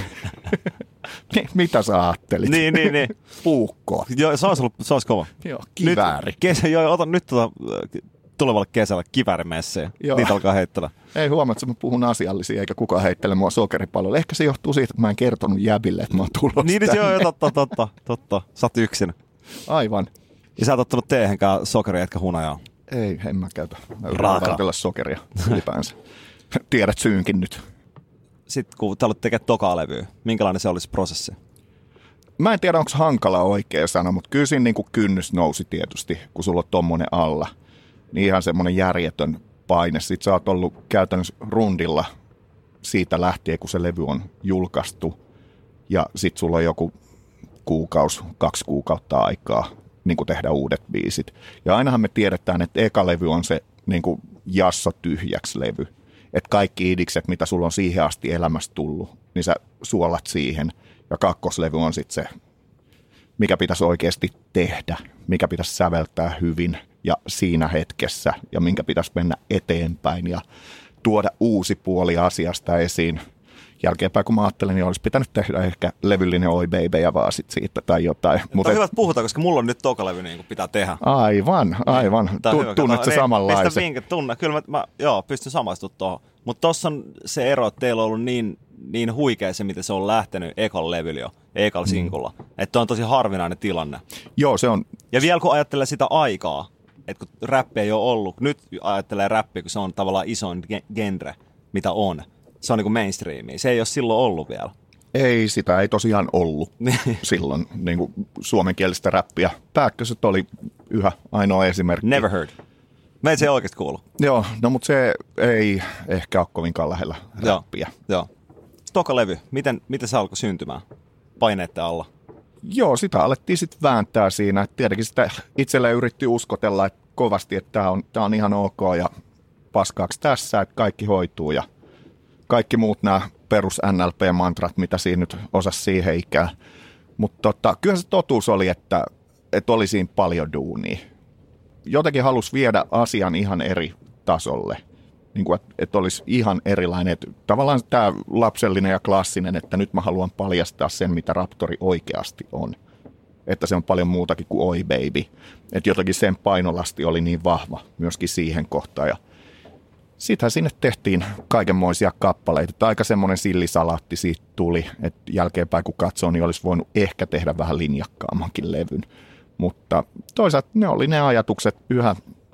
Mitä sä ajattelit?
Niin.
Puukkoa.
Joo, se olisi kova.
Joo, kivääri.
Otan nyt tulevalle kesällä kiväärimessiä. Niitä alkaa heittellä.
Ei huomaa, että mä puhun asiallisia, eikä kukaan heittele mua sokeripallolle. Ehkä se johtuu siitä, että mä en kertonut jäbille, että mä oon tulossa
niin, joo, totta. Sä oot yksin.
Aivan.
Ja sä oot ottanut teehenkään sokeria, etkä hunajaa.
Ei, en mä käytä. Mä yritän vältellä sokeria ylipäänsä. Tiedät syynkin nyt.
Sitten kun te aloitte tekemään tokaa levyä, minkälainen se olisi prosessi?
Mä en tiedä, onko hankala oikea sana, mutta kyllä siinä niin kuin kynnys nousi tietysti, kun sulla on tommonen alla. Niin ihan semmoinen järjetön paine. Sitten sä oot ollut käytännössä rundilla siitä lähtien, kun se levy on julkaistu. Ja sitten sulla on joku 2 kuukautta aikaa niin kuin tehdä uudet biisit. Ja ainahan me tiedetään, että eka levy on se niin kuin jasso tyhjäksi levy. Että kaikki idikset, mitä sulla on siihen asti elämässä tullut, niin sä suolat siihen. Ja kakkoslevy on sitten se, mikä pitäisi oikeasti tehdä, mikä pitäisi säveltää hyvin ja siinä hetkessä ja minkä pitäisi mennä eteenpäin ja tuoda uusi puoli asiasta esiin. Jälkeenpäin kun mä ajattelin, niin olisi pitänyt tehdä ehkä levyllinen Oi Baby ja vaan sit siitä tai jotain.
Mutta on hyvä, että puhutaan, koska mulla on nyt toka levy, niin kuin pitää tehdä.
Aivan. Tunnet sä samanlaisen?
Mistä vinkä tunne? Kyllä mä pystyn samaistumaan tuohon. Mutta tossa on se ero, että teillä on ollut niin huikea se, miten se on lähtenyt ekalla levyllä jo, ekalla sinkulla. Että on tosi harvinainen tilanne.
Joo, se on.
Ja vielä kun ajattelee sitä aikaa, että kun räppi ei ole ollut, nyt ajattelee räppiä, kun se on tavallaan isoin genre, mitä on. Se on niin kuin mainstreamia. Se ei ole silloin ollut vielä.
Ei, sitä ei tosiaan ollut silloin niin kuin suomenkielistä räppiä. Pääkköset oli yhä ainoa esimerkki.
Never heard. Meitä se ei oikeasti kuulu.
Joo, no mutta se ei ehkä ole kovinkaan lähellä räppiä.
Joo. Toka levy, miten se alkoi syntymään paineiden alla?
Joo, sitä alettiin sitten vääntää siinä. Tietenkin sitä itselleen yritti uskotella että kovasti, että tämä on ihan ok ja paskaaksi tässä, että kaikki hoituu ja kaikki muut nämä perus NLP-mantrat, mitä siinä nyt osasi siihen ikään. Mutta kyllä se totuus oli, että oli siinä paljon duunia. Jotenkin halusi viedä asian ihan eri tasolle. niin kuin, että olisi ihan erilainen. Että tavallaan tämä lapsellinen ja klassinen, että nyt mä haluan paljastaa sen, mitä Raptori oikeasti on. Että se on paljon muutakin kuin Oi Baby. Että jotenkin sen painolasti oli niin vahva myöskin siihen kohtaan. Ja sittenhän sinne tehtiin kaikenmoisia kappaleita. Että aika semmoinen sillisalaatti siitä tuli, että jälkeenpäin kun katsoo, niin olisi voinut ehkä tehdä vähän linjakkaammankin levyn. Mutta toisaalta ne oli ne ajatukset yhä.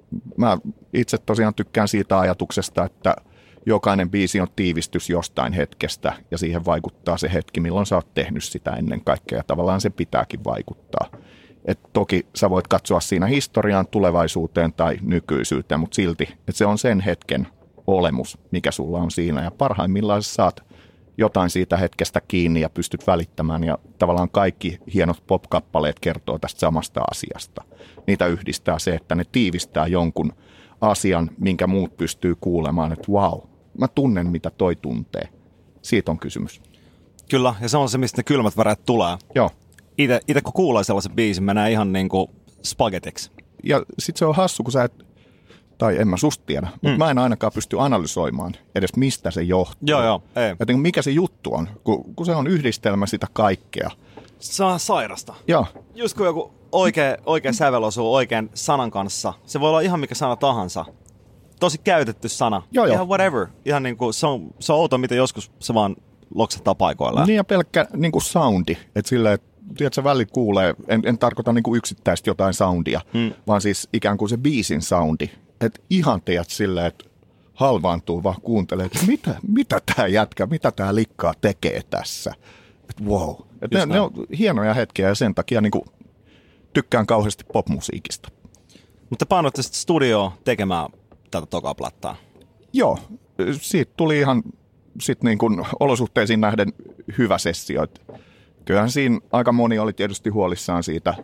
Mä itse tosiaan tykkään siitä ajatuksesta, että jokainen biisi on tiivistys jostain hetkestä ja siihen vaikuttaa se hetki, milloin sä oot tehnyt sitä ennen kaikkea. Ja tavallaan se pitääkin vaikuttaa. Et toki sä voit katsoa siinä historiaan, tulevaisuuteen tai nykyisyyteen, mutta silti, että se on sen hetken olemus, mikä sulla on siinä. Ja parhaimmillaan sä saat jotain siitä hetkestä kiinni ja pystyt välittämään. Ja tavallaan kaikki hienot pop-kappaleet kertoo tästä samasta asiasta. Niitä yhdistää se, että ne tiivistää jonkun asian, minkä muut pystyy kuulemaan, että wow, mä tunnen mitä toi tuntee. Siitä on kysymys.
Kyllä, ja se on se, mistä ne kylmät väreet tulee.
Joo.
Itse kun kuulee sellaisen biisin, menee ihan niin kuin spagetiksi.
Ja sit se on hassu, kun sä et, tai en mä susta tiedä, mutta mä en ainakaan pysty analysoimaan edes mistä se johtuu.
Joo, ei.
Että mikä se juttu on, kun se on yhdistelmä sitä kaikkea.
Se on sairasta.
Joo.
Just kun joku oikea sävel osuu oikean sanan kanssa, se voi olla ihan mikä sana tahansa. Tosi käytetty sana.
Joo.
Ihan whatever. Ihan niin kuin, se on outo, miten joskus se vaan loksahtaa paikoillaan.
Niin ja pelkkä niin kuin soundi, että silleen, tiedätkö, välit kuulee, en tarkoita niin kuin yksittäistä jotain soundia, vaan siis ikään kuin se biisin soundi. Että ihan tiedät silleen, että halvaantuu vaan kuuntelee, että mitä tämä jätkä, mitä tämä likkaa tekee tässä. Että wow. Että ne on hienoja hetkiä ja sen takia niin kuin tykkään kauheasti popmusiikista.
Mutta painoitte sitten studioon tekemään tätä tokaa plattaa.
Joo, siitä tuli ihan sit niin kuin olosuhteisiin nähden hyvä sessio. Kyllähän siinä aika moni oli tietysti huolissaan siitä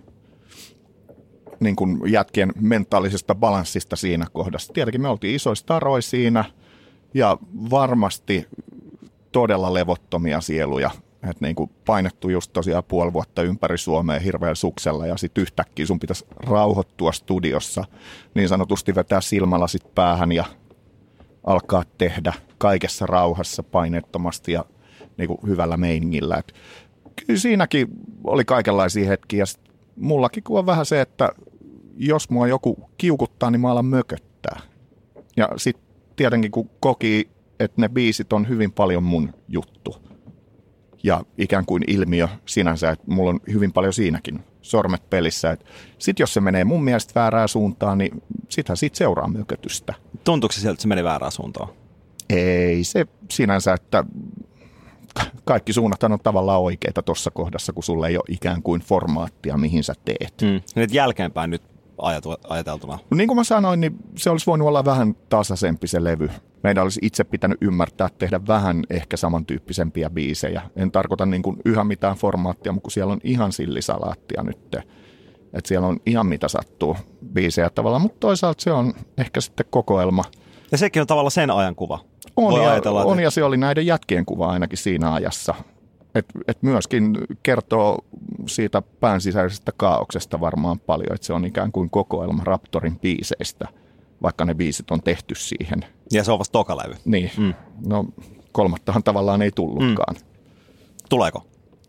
niin kuin jätkien mentaalisesta balanssista siinä kohdassa. Tietenkin me oltiin isoissa taroja siinä ja varmasti todella levottomia sieluja. Että niin kuin painettu just tosiaan puoli vuotta ympäri Suomea hirveän suksella ja sitten yhtäkkiä sun pitäisi rauhoittua studiossa, niin sanotusti vetää silmälasit päähän ja alkaa tehdä kaikessa rauhassa painettomasti ja niin kuin hyvällä meiningillä. Et kyllä siinäkin oli kaikenlaisia hetkiä. Mullakin on vähän se, että jos mua joku kiukuttaa, niin mä alan mököttää. Ja sitten tietenkin kun koki, että ne biisit on hyvin paljon mun juttu. Ja ikään kuin ilmiö sinänsä, että mulla on hyvin paljon siinäkin sormet pelissä. Sitten jos se menee mun mielestä väärään suuntaan, niin sittenhän siitä seuraa mökötystä.
Tuntuuko se sieltä, että se meni väärään suuntaan?
Ei se sinänsä, että kaikki suunnathan on tavallaan oikeita tuossa kohdassa, kun sulla ei ole ikään kuin formaattia, mihin sä teet.
Nyt jälkeenpäin nyt ajateltuna.
Niin kuin mä sanoin, niin se olisi voinut olla vähän tasaisempi se levy. Meidän olisi itse pitänyt ymmärtää tehdä vähän ehkä samantyyppisempiä biisejä. En tarkoita niin kuin yhä mitään formaattia, mutta kun siellä on ihan sillisalaattia nyt. Että siellä on ihan mitä sattuu biisejä tavallaan, mutta toisaalta se on ehkä sitten kokoelma.
Ja sekin on tavallaan sen ajan kuva.
On ja se oli näiden jätkien kuva ainakin siinä ajassa. Et myöskin kertoo siitä päänsisäisestä kaauksesta varmaan paljon, että se on ikään kuin kokoelma Raptorin biiseistä, vaikka ne biisit on tehty siihen.
Ja se on vasta tokalevy.
Niin, no kolmattahan tavallaan ei tullutkaan.
Tuleeko?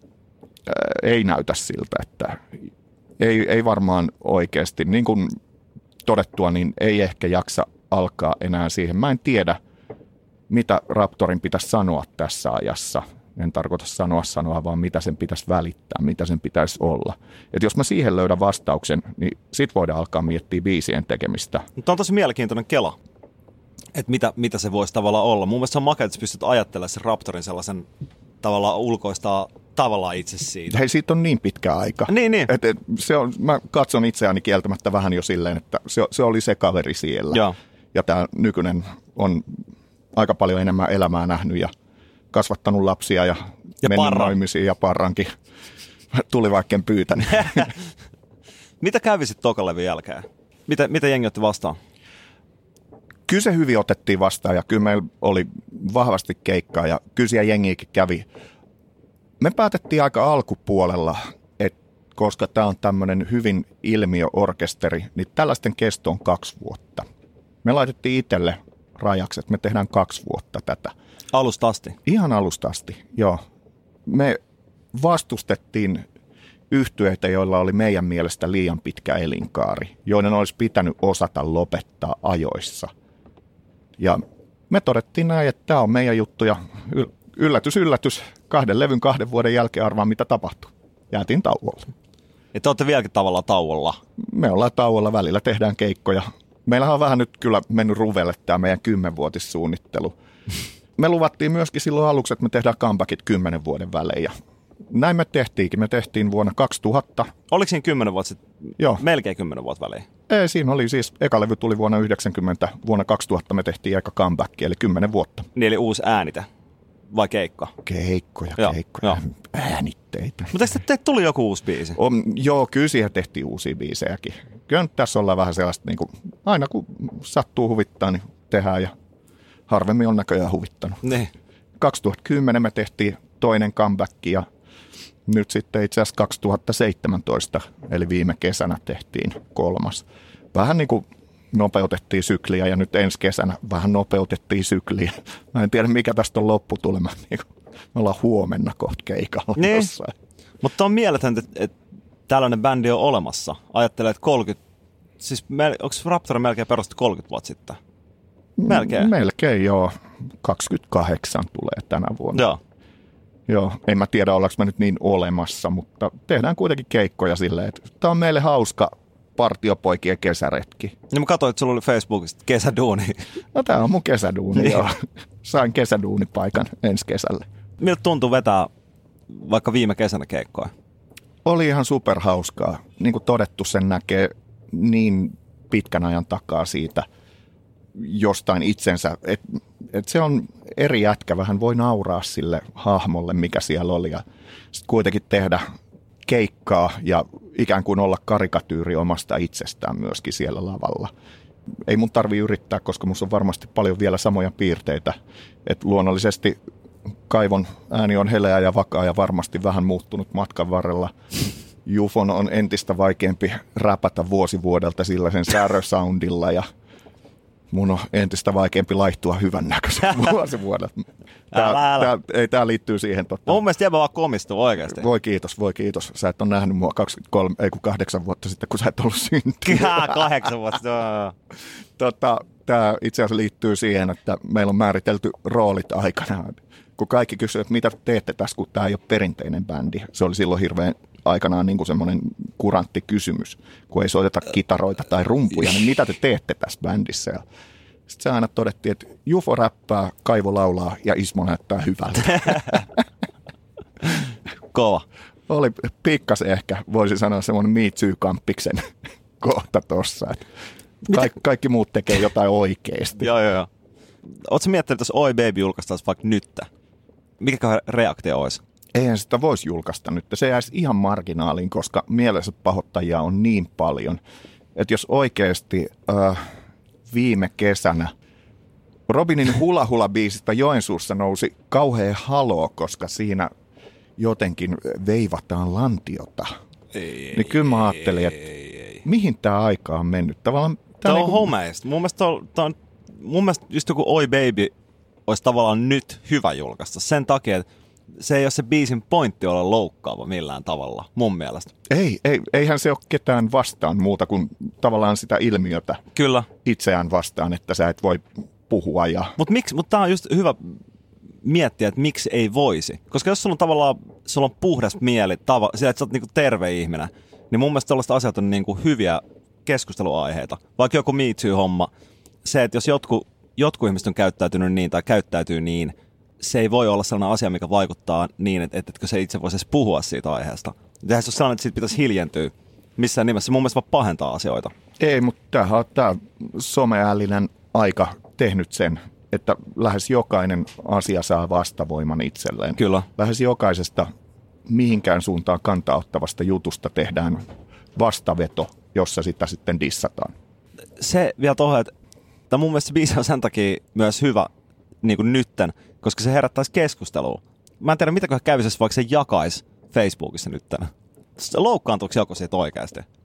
Ei näytä siltä, että ei varmaan oikeasti. Niin kuin todettua, niin ei ehkä jaksa alkaa enää siihen. Mä en tiedä, mitä Raptorin pitäisi sanoa tässä ajassa. En tarkoita sanoa, vaan mitä sen pitäisi välittää, mitä sen pitäisi olla. Et jos mä siihen löydän vastauksen, niin sit voidaan alkaa miettiä biisien tekemistä.
Mutta on tosi mielenkiintoinen kela, että mitä se voisi tavallaan olla. Mun mielestä se on makea, että pystyt ajattelemaan sen Raptorin sellaisen tavallaan ulkoistaa tavallaan itse siitä.
Hei, siitä on niin pitkä aika.
Niin.
Mä katson itseäni kieltämättä vähän jo silleen, että se oli se kaveri siellä.
Joo.
Ja tämä nykyinen on aika paljon enemmän elämää nähnyt ja kasvattanut lapsia ja mennyt naimisiin ja parrankin. Tuli vaikka en pyytänyt.
Mitä kävi sitten tokalevin jälkeen? Mitä jengi otti vastaan?
Kyllä se hyvin otettiin vastaan ja kyllä meillä oli vahvasti keikkaa ja kyllä siellä jengiäkin kävi. Me päätettiin aika alkupuolella, että koska tämä on tämmöinen hyvin ilmiöorkesteri, niin tällaisten kesto on 2 vuotta. Me laitettiin itselle rajaksi, että me tehdään 2 vuotta tätä.
Alusta asti?
Ihan alusta asti, joo. Me vastustettiin yhtyeitä, joilla oli meidän mielestä liian pitkä elinkaari, joiden olisi pitänyt osata lopettaa ajoissa. Ja me todettiin näin, että tämä on meidän juttu ja yllätys, yllätys, 2 levyn 2 vuoden jälkeen arvaa mitä tapahtui. Jäätiin tauolle.
Ja te olette vieläkin tavallaan tauolla?
Me ollaan tauolla, välillä tehdään keikkoja. Meillähän on vähän nyt kyllä mennyt ruvelle tämä meidän 10-vuotissuunnittelu. Me luvattiin myöskin silloin aluksi, että me tehdään comebackit 10 vuoden välein. Ja näin me tehtiinkin. Me tehtiin vuonna 2000.
Oliko siinä 10 vuotta sitten?
Joo.
Melkein 10 vuotta välein?
Ei, siinä oli siis, eka levy tuli vuonna 90, vuonna 2000 me tehtiin eka comeback, eli 10 vuotta.
Niin eli uusi äänite vai keikka?
Keikkoja, äänitteitä.
Mutta eikö te tuli joku uusi biisi?
Joo, kyllä siihen tehtiin uusia biisejäkin. Kyllä nyt tässä ollaan vähän sellaista, niin kuin, aina kun sattuu huvittaa, niin tehdään ja harvemmin on näköjään huvittanut.
Niin.
2010 me tehtiin toinen comeback ja nyt sitten itse asiassa 2017, eli viime kesänä tehtiin 3. Vähän niin kuin nopeutettiin sykliä ja nyt ensi kesänä vähän nopeutettiin sykliä. Mä en tiedä mikä tästä on lopputulema. Me ollaan huomenna kohta keikalla
niin.
Jossain.
Mutta on mieletöntä, että tällainen bändi on olemassa. Ajattelee, että 30, siis onko Raptor melkein perustettu 30 vuotta sitten? Melkein.
Melkein joo. 28 tulee tänä vuonna.
Joo.
Joo, en mä tiedä ollaanko mä nyt niin olemassa, mutta tehdään kuitenkin keikkoja silleen, että tää on meille hauska partiopoikien kesäretki.
Ja mä katsoin, että sulla oli Facebookista kesäduuni.
No tää on mun kesäduuni, joo. Sain kesäduunipaikan ensi kesälle.
Miltä tuntuu vetää vaikka viime kesänä keikkoja?
Oli ihan superhauskaa. Niin kuin todettu, sen näkee niin pitkän ajan takaa siitä jostain itsensä, että se on eri jätkä, vähän voi nauraa sille hahmolle, mikä siellä oli, ja sitten kuitenkin tehdä keikkaa ja ikään kuin olla karikatyyri omasta itsestään myöskin siellä lavalla. Ei mun tarvitse yrittää, koska musta on varmasti paljon vielä samoja piirteitä, että luonnollisesti Kaivon ääni on heleä ja vakaa ja varmasti vähän muuttunut matkan varrella. Jufon on entistä vaikeampi räpätä vuosi vuodelta sillä sen särösoundilla ja mun on entistä vaikeampi laihtua hyvännäköisen vuosi vuodelta. Tää liittyy siihen.
Mun mielestä jäbä vaan komistuu oikeasti.
Voi kiitos. Sä et ole nähnyt mua 8 vuotta sitten, kun sä et ollut syntynyt.
8 vuotta.
Tämä itse asiassa liittyy siihen, että meillä on määritelty roolit aikanaan. Kun kaikki kysyvät, että mitä teette tässä, kun tämä ei ole perinteinen bändi. Se oli silloin hirveän aikanaan niin kuin semmoinen kurantti kysymys, kun ei soiteta kitaroita tai rumpuja, niin mitä te teette tässä bändissä? Sitten se aina todettiin, että Jufo räppää, Kaivo laulaa ja Ismo näyttää hyvältä.
Kova.
Oli pikkasen ehkä, voisi sanoa semmoinen Me Too-kamppiksen kohta tossa. Kaikki muut tekee jotain oikeasti.
Joo. Ootko miettinyt, että jos Oi Baby julkaistaisiin vaikka nyt? Mikä reaktio olisi?
Eihän sitä voisi julkaista nyt. Se jäisi ihan marginaaliin, koska mielensä pahoittajia on niin paljon. Että jos oikeasti viime kesänä Robinin Hula Hula-biisistä Joensuussa nousi kauhea haloo, koska siinä jotenkin veivataan lantiota. Niin kyllä mä ajattelin, että mihin tämä aika on mennyt.
Tämä on homeista. Mun mielestä just joku Oi Baby olisi tavallaan nyt hyvä julkaista. Sen takia, että se ei ole se biisin pointti olla loukkaava millään tavalla, mun mielestä.
Eihän se ole ketään vastaan muuta kuin tavallaan sitä ilmiötä.
Kyllä.
Itseään vastaan, että sä et voi puhua.
Mutta tämä on just hyvä miettiä, että miksi ei voisi. Koska jos sulla on puhdas mieli, sillä että sä oot niinku terve ihminen, niin mun mielestä tällaista asiat on niinku hyviä keskusteluaiheita. Vaikka joku Me Too-homma, se, että jos jotkut ihmiset on käyttäytynyt niin tai käyttäytyy niin, se ei voi olla sellainen asia, mikä vaikuttaa niin, että se itse voisi edes puhua siitä aiheesta. Eihän se ole sellainen, että siitä pitäisi hiljentyä missään nimessä. Mun mielestä vaan pahentaa asioita.
Ei, mutta tämähän on tämä someällinen aika tehnyt sen, että lähes jokainen asia saa vastavoiman itselleen.
Kyllä.
Lähes jokaisesta mihinkään suuntaan kantaa ottavasta jutusta tehdään vastaveto, jossa sitä sitten dissataan.
Se vielä tuohon, että mun mielestä se biisi on sen takia myös hyvä niin kuin nytten, koska se herättäisi keskustelua. Mä en tiedä, mitäköhän kävisi, vaikka se jakaisi Facebookissa nytten. Loukkaantuuko joku siitä oikeasti?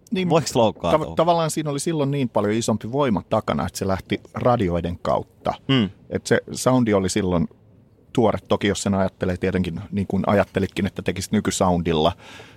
Niin,
voiko loukkaantua?
Tavallaan siinä oli silloin niin paljon isompi voima takana, että se lähti radioiden kautta. Että se soundi oli silloin tuore. Toki jos sen ajattelee tietenkin, niin kuin ajattelitkin, että tekisi nykysoundilla.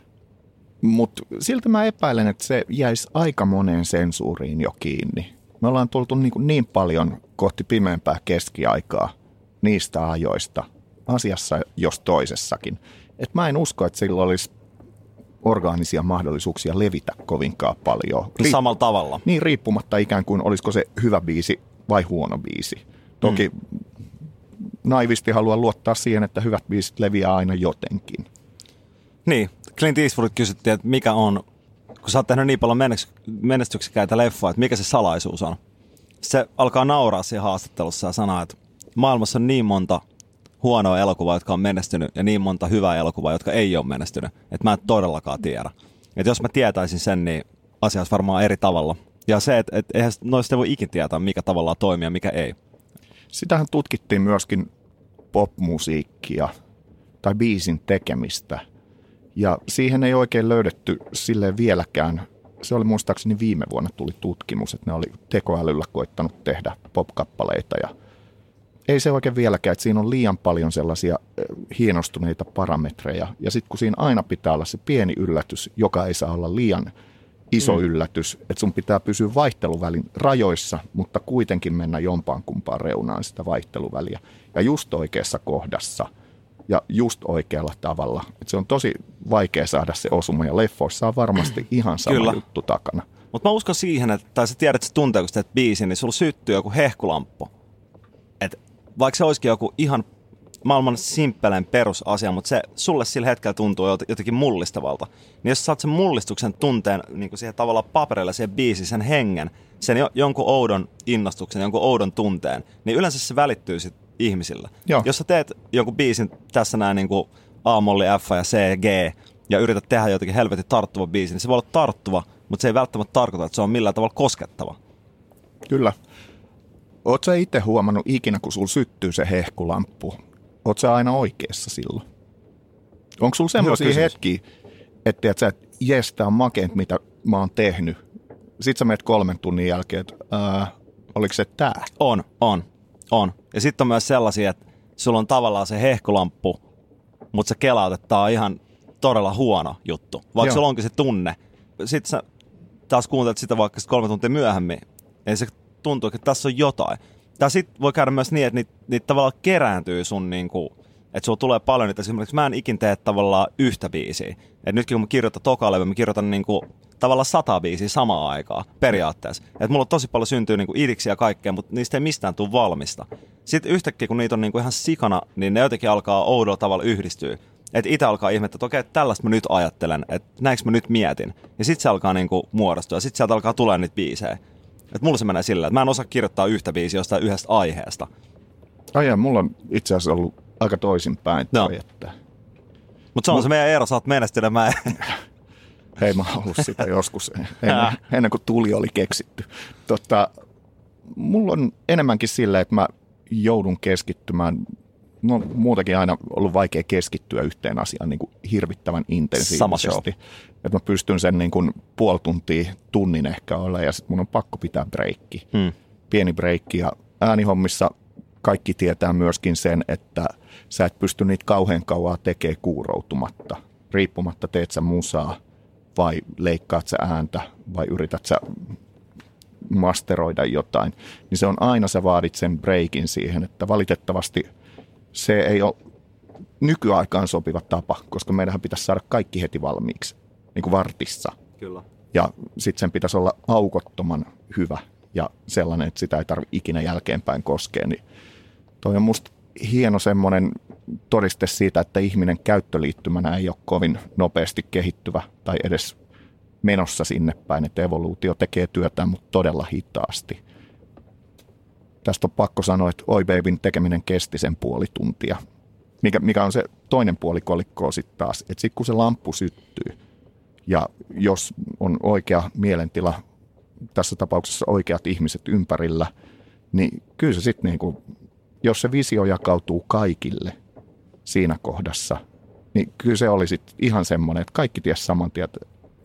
Mutta silti mä epäilen, että se jäisi aika moneen sensuuriin jo kiinni. Me ollaan tultu niin paljon kohti pimeämpää keskiaikaa niistä ajoista, asiassa jos toisessakin. Että mä en usko, että sillä olisi orgaanisia mahdollisuuksia levitä kovinkaan paljon.
Samalla tavalla.
Niin, riippumatta ikään kuin olisiko se hyvä biisi vai huono biisi. Toki naivisti haluan luottaa siihen, että hyvät biisit leviää aina jotenkin.
Niin, Clint Eastwood kysyttiin, että mikä on, kun sä oot tehnyt niin paljon menestyksekäitä leffoja, että mikä se salaisuus on. Se alkaa nauraa siinä haastattelussa ja sanoo, että maailmassa on niin monta huonoa elokuvaa, jotka on menestynyt, ja niin monta hyvää elokuvaa, jotka ei ole menestynyt, että mä en todellakaan tiedä. Että jos mä tietäisin sen, niin asia olisi varmaan eri tavalla. Ja se, että eihän noista voi ikin tietää, mikä tavallaan toimii ja mikä ei.
Sitähän tutkittiin myöskin popmusiikkia tai biisin tekemistä. Ja siihen ei oikein löydetty silleen vieläkään. Se oli muistaakseni viime vuonna tuli tutkimus, että ne oli tekoälyllä koittanut tehdä pop-kappaleita. Ja ei se oikein vieläkään, että siinä on liian paljon sellaisia hienostuneita parametreja. Ja sitten kun siinä aina pitää olla se pieni yllätys, joka ei saa olla liian iso yllätys, että sun pitää pysyä vaihteluvälin rajoissa, mutta kuitenkin mennä jompaan kumpaan reunaan sitä vaihteluväliä. Ja just oikeassa kohdassa ja just oikealla tavalla. Että se on tosi vaikea saada se osuma ja leffoissa on varmasti ihan sama juttu takana.
Mutta mä uskon siihen, että tai sä tiedät, että se tuntee, kun sä teet biisin, niin sulla syttyy joku hehkulamppu. Että vaikka se olisikin joku ihan maailman simppelein perusasia, mutta se sulle sillä hetkellä tuntuu jotenkin mullistavalta. Niin jos sä saat sen mullistuksen tunteen niin kuin siihen tavallaan paperille, siihen biisiin, sen hengen, sen jonkun oudon innostuksen, jonkun oudon tunteen, niin yleensä se välittyy sit ihmisille. Joo. Jos sä teet jonkun biisin tässä näin niin kuin A-molli, F ja C, G, ja yrität tehdä jotenkin helvetin tarttuva biisi, niin se voi olla tarttuva, mutta se ei välttämättä tarkoita, että se on millään tavalla koskettava.
Kyllä. Oot sä itse huomannut ikinä, kun sulla syttyy se hehkulamppu? Oot sä aina oikeassa silloin? Onko sulla semmoisia hetkiä, että sä, jes, tää on makeet, mitä mä oon tehnyt. Sit sä menet 3 tunnin jälkeen, että oliko se tää?
On. Ja sitten on myös sellaisia, että sulla on tavallaan se hehkulamppu, mutta sä kelaat, että tää on ihan todella huono juttu. Vaikka sulla onkin se tunne. Sitten sä taas kuuntelet sitä vaikka 3 tuntia myöhemmin, ja se tuntuu, että tässä on jotain. Tai sitten voi käydä myös niin, että niitä tavallaan kerääntyy sun, niinku, että sulla tulee paljon niitä. Esimerkiksi mä en ikin tee tavallaan yhtä biisiä. Et nytkin kun mä kirjoitan toka-levy, mä kirjoitan niinku, tavallaan 100 biisiä samaan aikaan periaatteessa. Että mulla on tosi paljon syntyy niinku idiksiä ja kaikkea, mutta niistä ei mistään tule valmista. Sitten yhtäkkiä, kun niitä on niinku ihan sikana, niin ne jotenkin alkaa oudolla tavalla yhdistyä. Että itse alkaa ihmettä, että okei, tällaista mä nyt ajattelen, että näinkö mä nyt mietin. Ja sitten se alkaa niinku muodostua ja sitten sieltä alkaa tulla niitä biisejä. Että mulla se menee sillä, että mä en osaa kirjoittaa yhtä biisiä jostain yhdestä aiheesta.
Mulla on itse asiassa ollut aika toisinpäin.
No. Mutta se on se meidän ero, sä oot menestynyt.
Hei, mä oon ollut sitä joskus ennen kuin tuli oli keksitty. Mulla on enemmänkin sillä, että mä joudun keskittymään. No muutenkin aina ollut vaikea keskittyä yhteen asiaan niin kuin hirvittävän intensiivisesti. Että mä pystyn sen niin kuin puoli tuntia, tunnin ehkä olla ja sitten mun on pakko pitää breikki. Pieni breikki ja äänihommissa kaikki tietää myöskin sen, että sä et pysty niitä kauhean kauaa tekemään kuuroutumatta. Riippumatta teet sä musaa vai leikkaat sä ääntä vai yrität sä masteroida jotain. Niin se on aina sä vaadit sen breikin siihen, että valitettavasti se ei ole nykyaikaan sopiva tapa, koska meidänhän pitäisi saada kaikki heti valmiiksi, niin kuin vartissa.
Kyllä.
Ja sitten sen pitäisi olla aukottoman hyvä ja sellainen, että sitä ei tarvitse ikinä jälkeenpäin koskea. Niin toi on musta hieno semmoinen todiste siitä, että ihminen käyttöliittymänä ei ole kovin nopeasti kehittyvä tai edes menossa sinne päin, että evoluutio tekee työtään, mutta todella hitaasti. Tästä on pakko sanoa, että Oi Babyn tekeminen kesti sen puoli tuntia. Mikä on se toinen puoli kolikkoa sitten taas. Että sitten kun se lamppu syttyy ja jos on oikea mielentila, tässä tapauksessa oikeat ihmiset ympärillä, niin kyllä se sitten niinku, jos se visio jakautuu kaikille siinä kohdassa, niin kyllä se oli sitten ihan semmoinen, että kaikki ties saman tien, että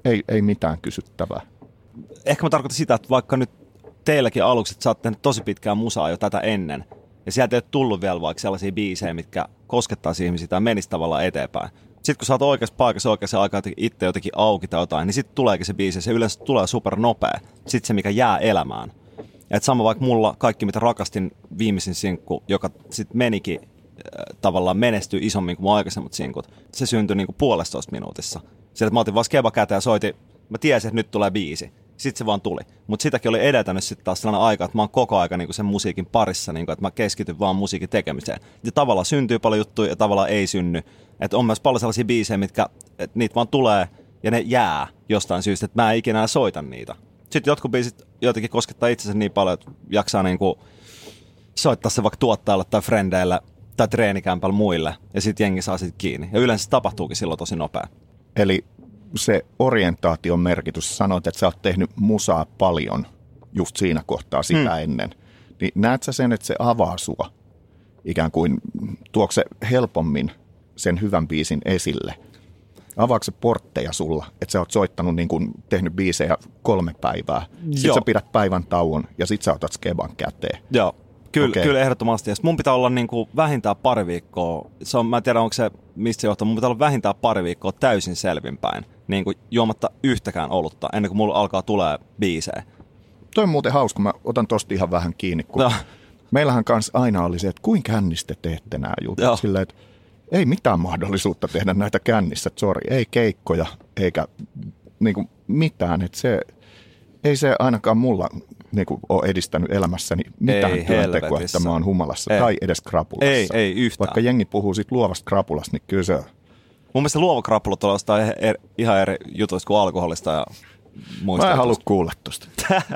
ei mitään kysyttävää.
Ehkä mä tarkoitan sitä, että vaikka nyt teilläkin aluksi, että sä oot tehnyt tosi pitkään musaa jo tätä ennen, ja sieltä ei ole tullut vielä vaikka sellaisia biisejä, mitkä koskettaisi ihmisiä tai menisi tavallaan eteenpäin. Sitten kun sä oot oikeassa paikassa oikeassa aikaa itse jotenkin auki tai jotain, niin sitten tuleekin se biisi, ja se yleensä tulee super nopea. Sitten se, mikä jää elämään. Et sama vaikka mulla kaikki, mitä rakastin viimeisin sinkku, joka sitten menikin tavallaan menestyi isommin kuin mun aikaisemmat sinkut, se syntyi niinku 1,5 minuutissa. Sieltä mä otin vaan skeba käteen ja soitin, mä tiesin, että nyt tulee biisi. Sitten se vaan tuli. Mutta sitäkin oli edeltänyt sitten taas sellainen aika, että mä oon koko aika niinku sen musiikin parissa, niinku, että mä keskityn vaan musiikin tekemiseen. Ja tavallaan syntyy paljon juttuja ja tavallaan ei synny. Että on myös paljon sellaisia biisejä, mitkä niitä vaan tulee ja ne jää jostain syystä, että mä en ikinä soita niitä. Sitten jotkut biisit jotenkin koskettaa itsensä niin paljon, että jaksaa niinku soittaa se vaikka tuottajalle tai frendeille tai treenikämpällä muille, ja sitten jengi saa sitten kiinni. Ja yleensä se tapahtuukin silloin tosi nopea.
Eli se orientaation merkitys, sanoit, että sä oot tehnyt musaa paljon just siinä kohtaa sitä ennen. Niin näet sä sen, että se avaa sua? Ikään kuin tuoko se helpommin sen hyvän biisin esille? Avaako se portteja sulla, että sä oot soittanut niin kuin tehnyt biisejä 3 päivää, sit sä pidät päivän tauon ja sit sä otat skeban käteen?
Joo. Kyllä ehdottomasti. Ja mun pitää olla niin kuin vähintään pari viikkoa, mä en tiedä onko se mistä se johtuu, mun pitää olla vähintään pari viikkoa täysin selvinpäin, niin kuin juomatta yhtäkään olutta, ennen kuin mulla alkaa tulee biisejä.
Toi on muuten hauska, mä otan tosta ihan vähän kiinni, kun meillähän kanssa aina oli se, että kuinka kännissä te teette nämä jutut, silleen, että ei mitään mahdollisuutta tehdä näitä kännissä, sori, ei keikkoja eikä niin kuin mitään, että se, ei se ainakaan mulla niin kuin ole edistänyt elämässäni mitään työntekoa, että mä oon humalassa tai edes krapulassa. Ei yhtään. Vaikka jengi puhuu siitä luovasta krapulasta, niin kyllä se on.
Mun mielestä luova krapula tulee ihan eri jutuista kuin alkoholista ja muista.
Mä en halua kuulla tosta.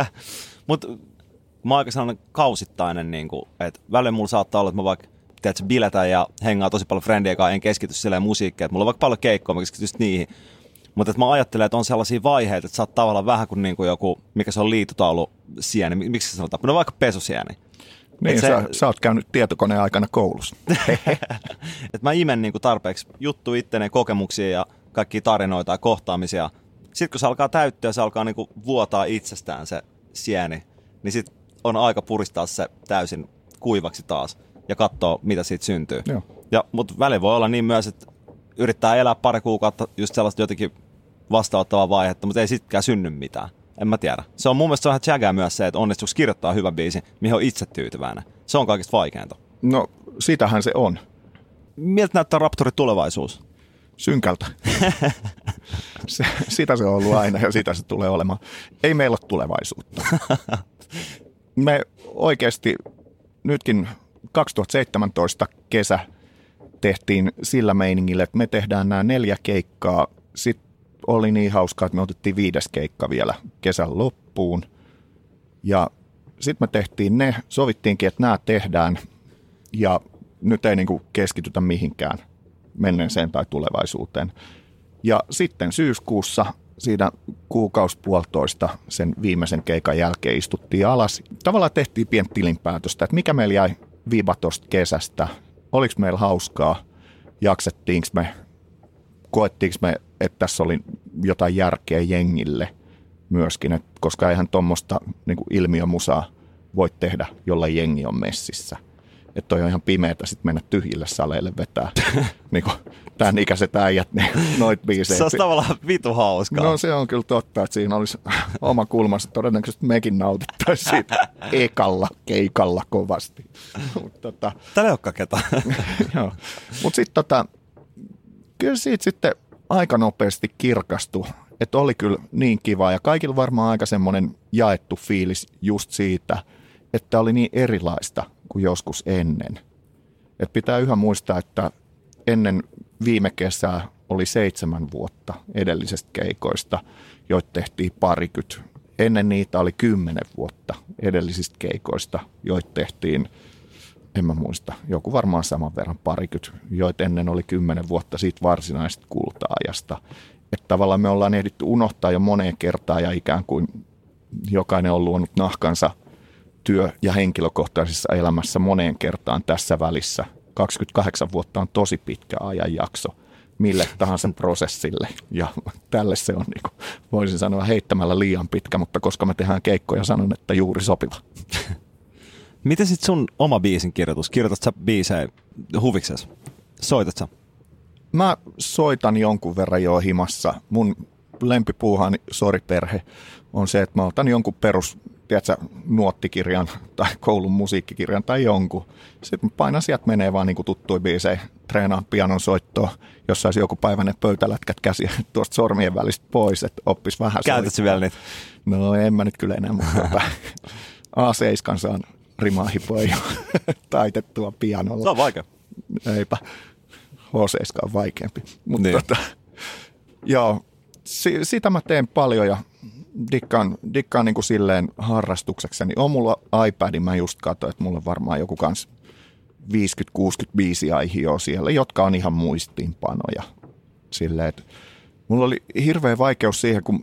Mutta mä oon aika sellainen kausittainen, niin kuin, että välillä mulla saattaa olla, että mä vaikka biletän ja hengaa tosi paljon frendien kanssa, en keskity silleen musiikkiin, että mulla on vaikka paljon keikkoa, mä keskityn niihin. Mutta mä ajattelen, että on sellaisia vaiheita, että sä oot tavallaan vähän kuin niinku joku, mikä se on liitutaulu sieni, miksi se sanotaan? No vaikka pesusieni.
Niin, sä oot käynyt tietokoneen aikana koulussa.
Et mä imen niinku tarpeeksi juttu itteneen kokemuksia ja kaikkia tarinoita ja kohtaamisia. Sitten kun se alkaa täyttyä ja se alkaa niinku vuotaa itsestään se sieni, niin sit on aika puristaa se täysin kuivaksi taas ja katsoa, mitä siitä syntyy. Mutta välillä voi olla niin myös, että yrittää elää pari kuukautta just sellaista jotenkin vastaanottavaa vaihetta, mutta ei sitkään synny mitään. En mä tiedä. Se on mun mielestä vähän jägää myös se, että onnistuuko kirjoittaa hyvä biisi, mihin on itse tyytyväinen. Se on kaikista vaikeinta.
No, sitähän se on.
Miltä näyttää Raptorin tulevaisuus?
Synkältä. Sitä se on ollut aina ja sitä se tulee olemaan. Ei meillä ole tulevaisuutta. Me oikeasti nytkin 2017 kesä tehtiin sillä meiningillä, että me tehdään nämä 4 keikkaa. Sitten oli niin hauskaa, että me otettiin 5. keikka vielä kesän loppuun. Ja sitten me tehtiin ne, sovittiinkin, että nämä tehdään. Ja nyt ei niinku keskitytä mihinkään menneeseen tai tulevaisuuteen. Ja sitten syyskuussa siinä 1,5 kuukautta sen viimeisen keikan jälkeen istuttiin alas. Tavallaan tehtiin pientä tilinpäätöstä, että mikä meillä jäi viiva tosta kesästä. Oliko meillä hauskaa? Jaksettiinko me? Koettiinko me, että tässä oli jotain järkeä jengille myöskin? Koska eihän tuommoista niin ilmiömusaa voi tehdä, jolla jengi on messissä. Että toi on ihan pimeätä sitten mennä tyhjille saleille vetää. Niin tämän ikäiset äijät, niin noit biisejä.
Se on tavallaan vitu hauskaa.
No se on kyllä totta, että siinä olisi oma kulmansa. Todennäköisesti mekin nautittaisiin siitä ekalla keikalla kovasti.
Täällä ei olekaan ketään.
Joo. Mutta sitten kyllä siitä sitten aika nopeasti kirkastui, että oli kyllä niin kiva. Ja kaikilla varmaan aika semmoinen jaettu fiilis just siitä, että oli niin erilaista kuin joskus ennen. Et pitää yhä muistaa, että ennen viime kesää oli 7 vuotta edellisestä keikoista, joita tehtiin 20. Ennen niitä oli 10 vuotta edellisistä keikoista, joita tehtiin, en mä muista, joku varmaan saman verran 20, joita ennen oli 10 vuotta siitä varsinaisesta kulta-ajasta. Että tavallaan me ollaan ehditty unohtaa jo moneen kertaan ja ikään kuin jokainen on luonut nahkansa työ- ja henkilökohtaisessa elämässä moneen kertaan tässä välissä. 28 vuotta on tosi pitkä ajanjakso. mille tahansa prosessille. Ja tälle se on, niin kuin, voisin sanoa, heittämällä liian pitkä, mutta koska me tehdään keikkoja, sanon, että juuri sopiva.
Miten sitten sun oma biisin kirjoitus? Kirjoitat sä biisejä huviksesi? Soitat sä?
Mä soitan jonkun verran jo himassa. Mun lempipuuhani, Sori perhe, on se, että mä otan jonkun perus, tiedätkö, nuottikirjan tai koulun musiikkikirjan tai jonkun. Sitten mä painan sieltä menee vaan niin kuin tuttuja biisejä, treenaan pianon soittoa, jos saisi joku päivä ne pöytälätkät käsiä tuosta sormien välistä pois, että oppisi vähän soittaa.
Käytätkö vielä niitä?
No en mä nyt kyllä enää, mutta A7 saan rimaa hipoja taitettua pianolla.
Se on vaikea.
Eipä. H7 on vaikeampi. Mutta
niin.
Joo, sitä mä teen paljon ja dikkaan niin kuin silleen harrastuksekseni. On mulla iPad, mä just katsoin, että mulla on varmaan joku kans 50-60 biisiä aihioa siellä, jotka on ihan muistiinpanoja. Silleen, että mulla oli hirveä vaikeus siihen, kun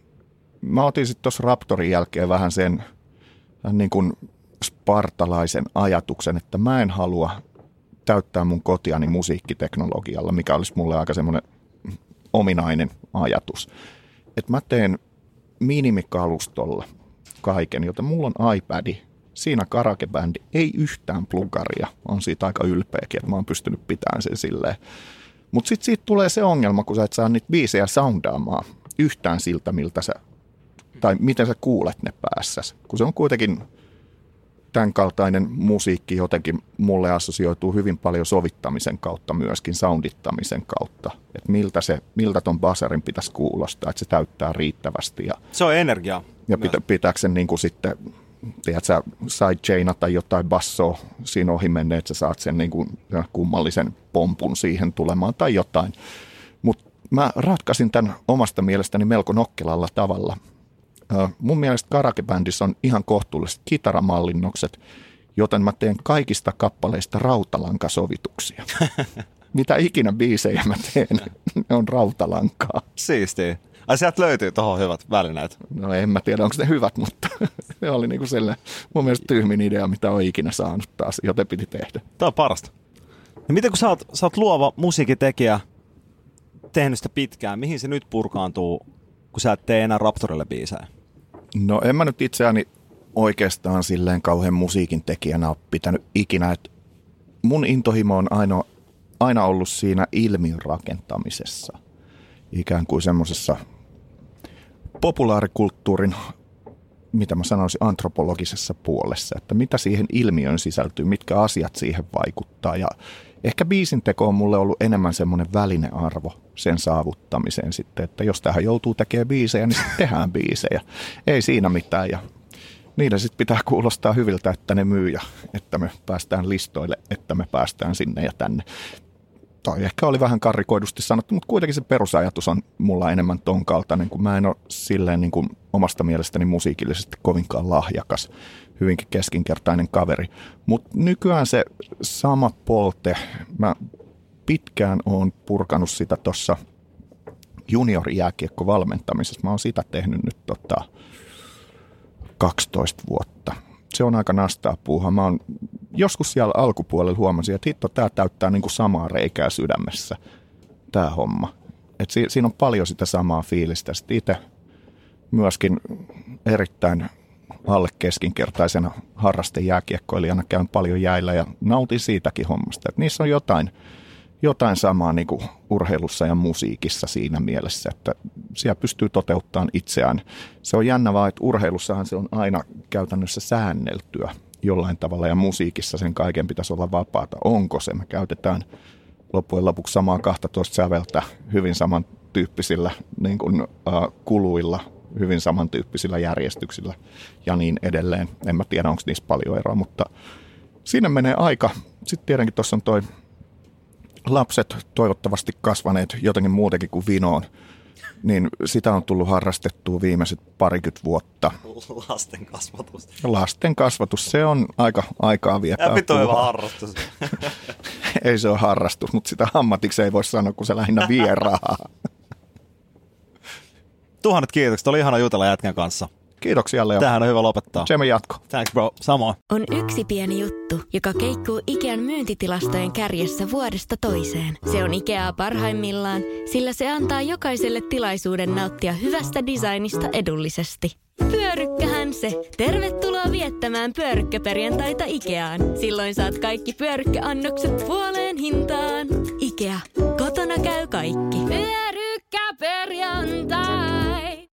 mä otin sitten tuossa Raptorin jälkeen vähän sen niin kuin spartalaisen ajatuksen, että mä en halua täyttää mun kotiani musiikkiteknologialla, mikä olisi mulle aika semmoinen ominainen ajatus. Että mä teen minimikalustolla kaiken, joten mulla on iPad, siinä karaokebändi, ei yhtään plugaria. On siitä aika ylpeäkin, että mä oon pystynyt pitämään sen silleen. Mutta sitten siitä tulee se ongelma, kun sä et saa niitä biisejä soundaamaan yhtään siltä, miltä sä, tai miten sä kuulet ne päässäsi. Kun se on kuitenkin tämän kaltainen musiikki jotenkin mulle assosioituu hyvin paljon sovittamisen kautta myöskin, soundittamisen kautta. Että miltä ton basarin pitäisi kuulostaa, että se täyttää riittävästi. Ja,
se on energiaa.
Ja pitääkö sen niin kuin sitten, tiedätkö, sidechainata jotain bassoa siinä ohi menne, että sä saat sen niin kuin kummallisen pompun siihen tulemaan tai jotain. Mutta mä ratkaisin tämän omasta mielestäni melko nokkelalla tavalla. Mun mielestä karaokebändissä on ihan kohtuulliset kitaramallinnokset, joten mä teen kaikista kappaleista rautalankasovituksia. Mitä ikinä biisejä mä teen, ne on rautalankaa.
Siistiä. Ai sieltä löytyy tuohon hyvät välineet.
No en mä tiedä, onko ne hyvät, mutta ne oli niinku sellainen mun mielestä tyhmin idea, mitä on ikinä saanut taas, joten piti tehdä.
Tämä on parasta. Ja miten kun sä oot luova musiikitekijä, tehnyt sitä pitkään, mihin se nyt purkaantuu, kun sä et tee enää Raptorille biisejä?
No en mä nyt itseäni oikeastaan silleen kauhean musiikin tekijänä ole pitänyt ikinä. Et mun intohimo on aina ollut siinä ilmiön rakentamisessa. Ikään kuin semmoisessa populaarikulttuurin, mitä mä sanoisin, antropologisessa puolessa. Että mitä siihen ilmiöön sisältyy, mitkä asiat siihen vaikuttaa. Ja ehkä biisin teko on mulle ollut enemmän semmoinen välinearvo sen saavuttamiseen sitten, että jos tähän joutuu tekemään biisejä, niin sitten tehdään biisejä. Ei siinä mitään ja niiden sitten pitää kuulostaa hyviltä, että ne myy ja että me päästään listoille, että me päästään sinne ja tänne. Tai ehkä oli vähän karrikoidusti sanottu, mutta kuitenkin se perusajatus on mulla enemmän ton kaltainen, kun mä en ole silleen niin kuin omasta mielestäni musiikillisesti kovinkaan lahjakas, hyvinkin keskinkertainen kaveri. Mutta nykyään se sama polte, mä pitkään oon purkanut sitä tuossa juniorijääkiekkovalmentamisessa. Mä oon sitä tehnyt nyt 12 vuotta. Se on aika nastaa puuhaa. Mä oon joskus siellä alkupuolella huomasin, että hitto, tää täyttää niinku samaa reikää sydämessä, tää homma. Et siinä on paljon sitä samaa fiilistä. Sitten itse myöskin erittäin alle keskinkertaisena harrastejääkiekkoilijana käyn paljon jäillä ja nautin siitäkin hommasta. Et niissä on jotain samaa niin kuin urheilussa ja musiikissa siinä mielessä, että siellä pystyy toteuttamaan itseään. Se on jännä vaan, että urheilussahan se on aina käytännössä säänneltyä jollain tavalla ja musiikissa sen kaiken pitäisi olla vapaata. Onko se? Me käytetään loppujen lopuksi samaa 12 säveltä hyvin samantyyppisillä niin kuin, kuluilla, hyvin samantyyppisillä järjestyksillä ja niin edelleen. En mä tiedä, onko niissä paljon eroa, mutta siinä menee aika. Sitten tietenkin tuossa on toi lapset toivottavasti kasvaneet jotenkin muutenkin kuin vinoon, niin sitä on tullut harrastettua viimeiset 20 vuotta.
Lasten kasvatus.
Lasten kasvatus, se on aika aikaa viepää.
Ja vittu hyvä harrastus.
Ei se ole harrastus, mutta sitä ammatiksi ei voi sanoa, kun se lähinnä vie rahaa.
1000 kiitokset, oli ihana jutella jätkän kanssa.
Kiitoksia, Leo.
Tämähän on hyvä lopettaa.
Tsemme jatko.
Thanks bro, samoin.
On yksi pieni juttu, joka keikkuu Ikean myyntitilastojen kärjessä vuodesta toiseen. Se on Ikeaa parhaimmillaan, sillä se antaa jokaiselle tilaisuuden nauttia hyvästä designista edullisesti. Pyörykkähän se. Tervetuloa viettämään pyörykkäperjantaita Ikeaan. Silloin saat kaikki pyörykkäannokset puoleen hintaan. Ikea. Kotona käy kaikki. Pyörykkäperjantai.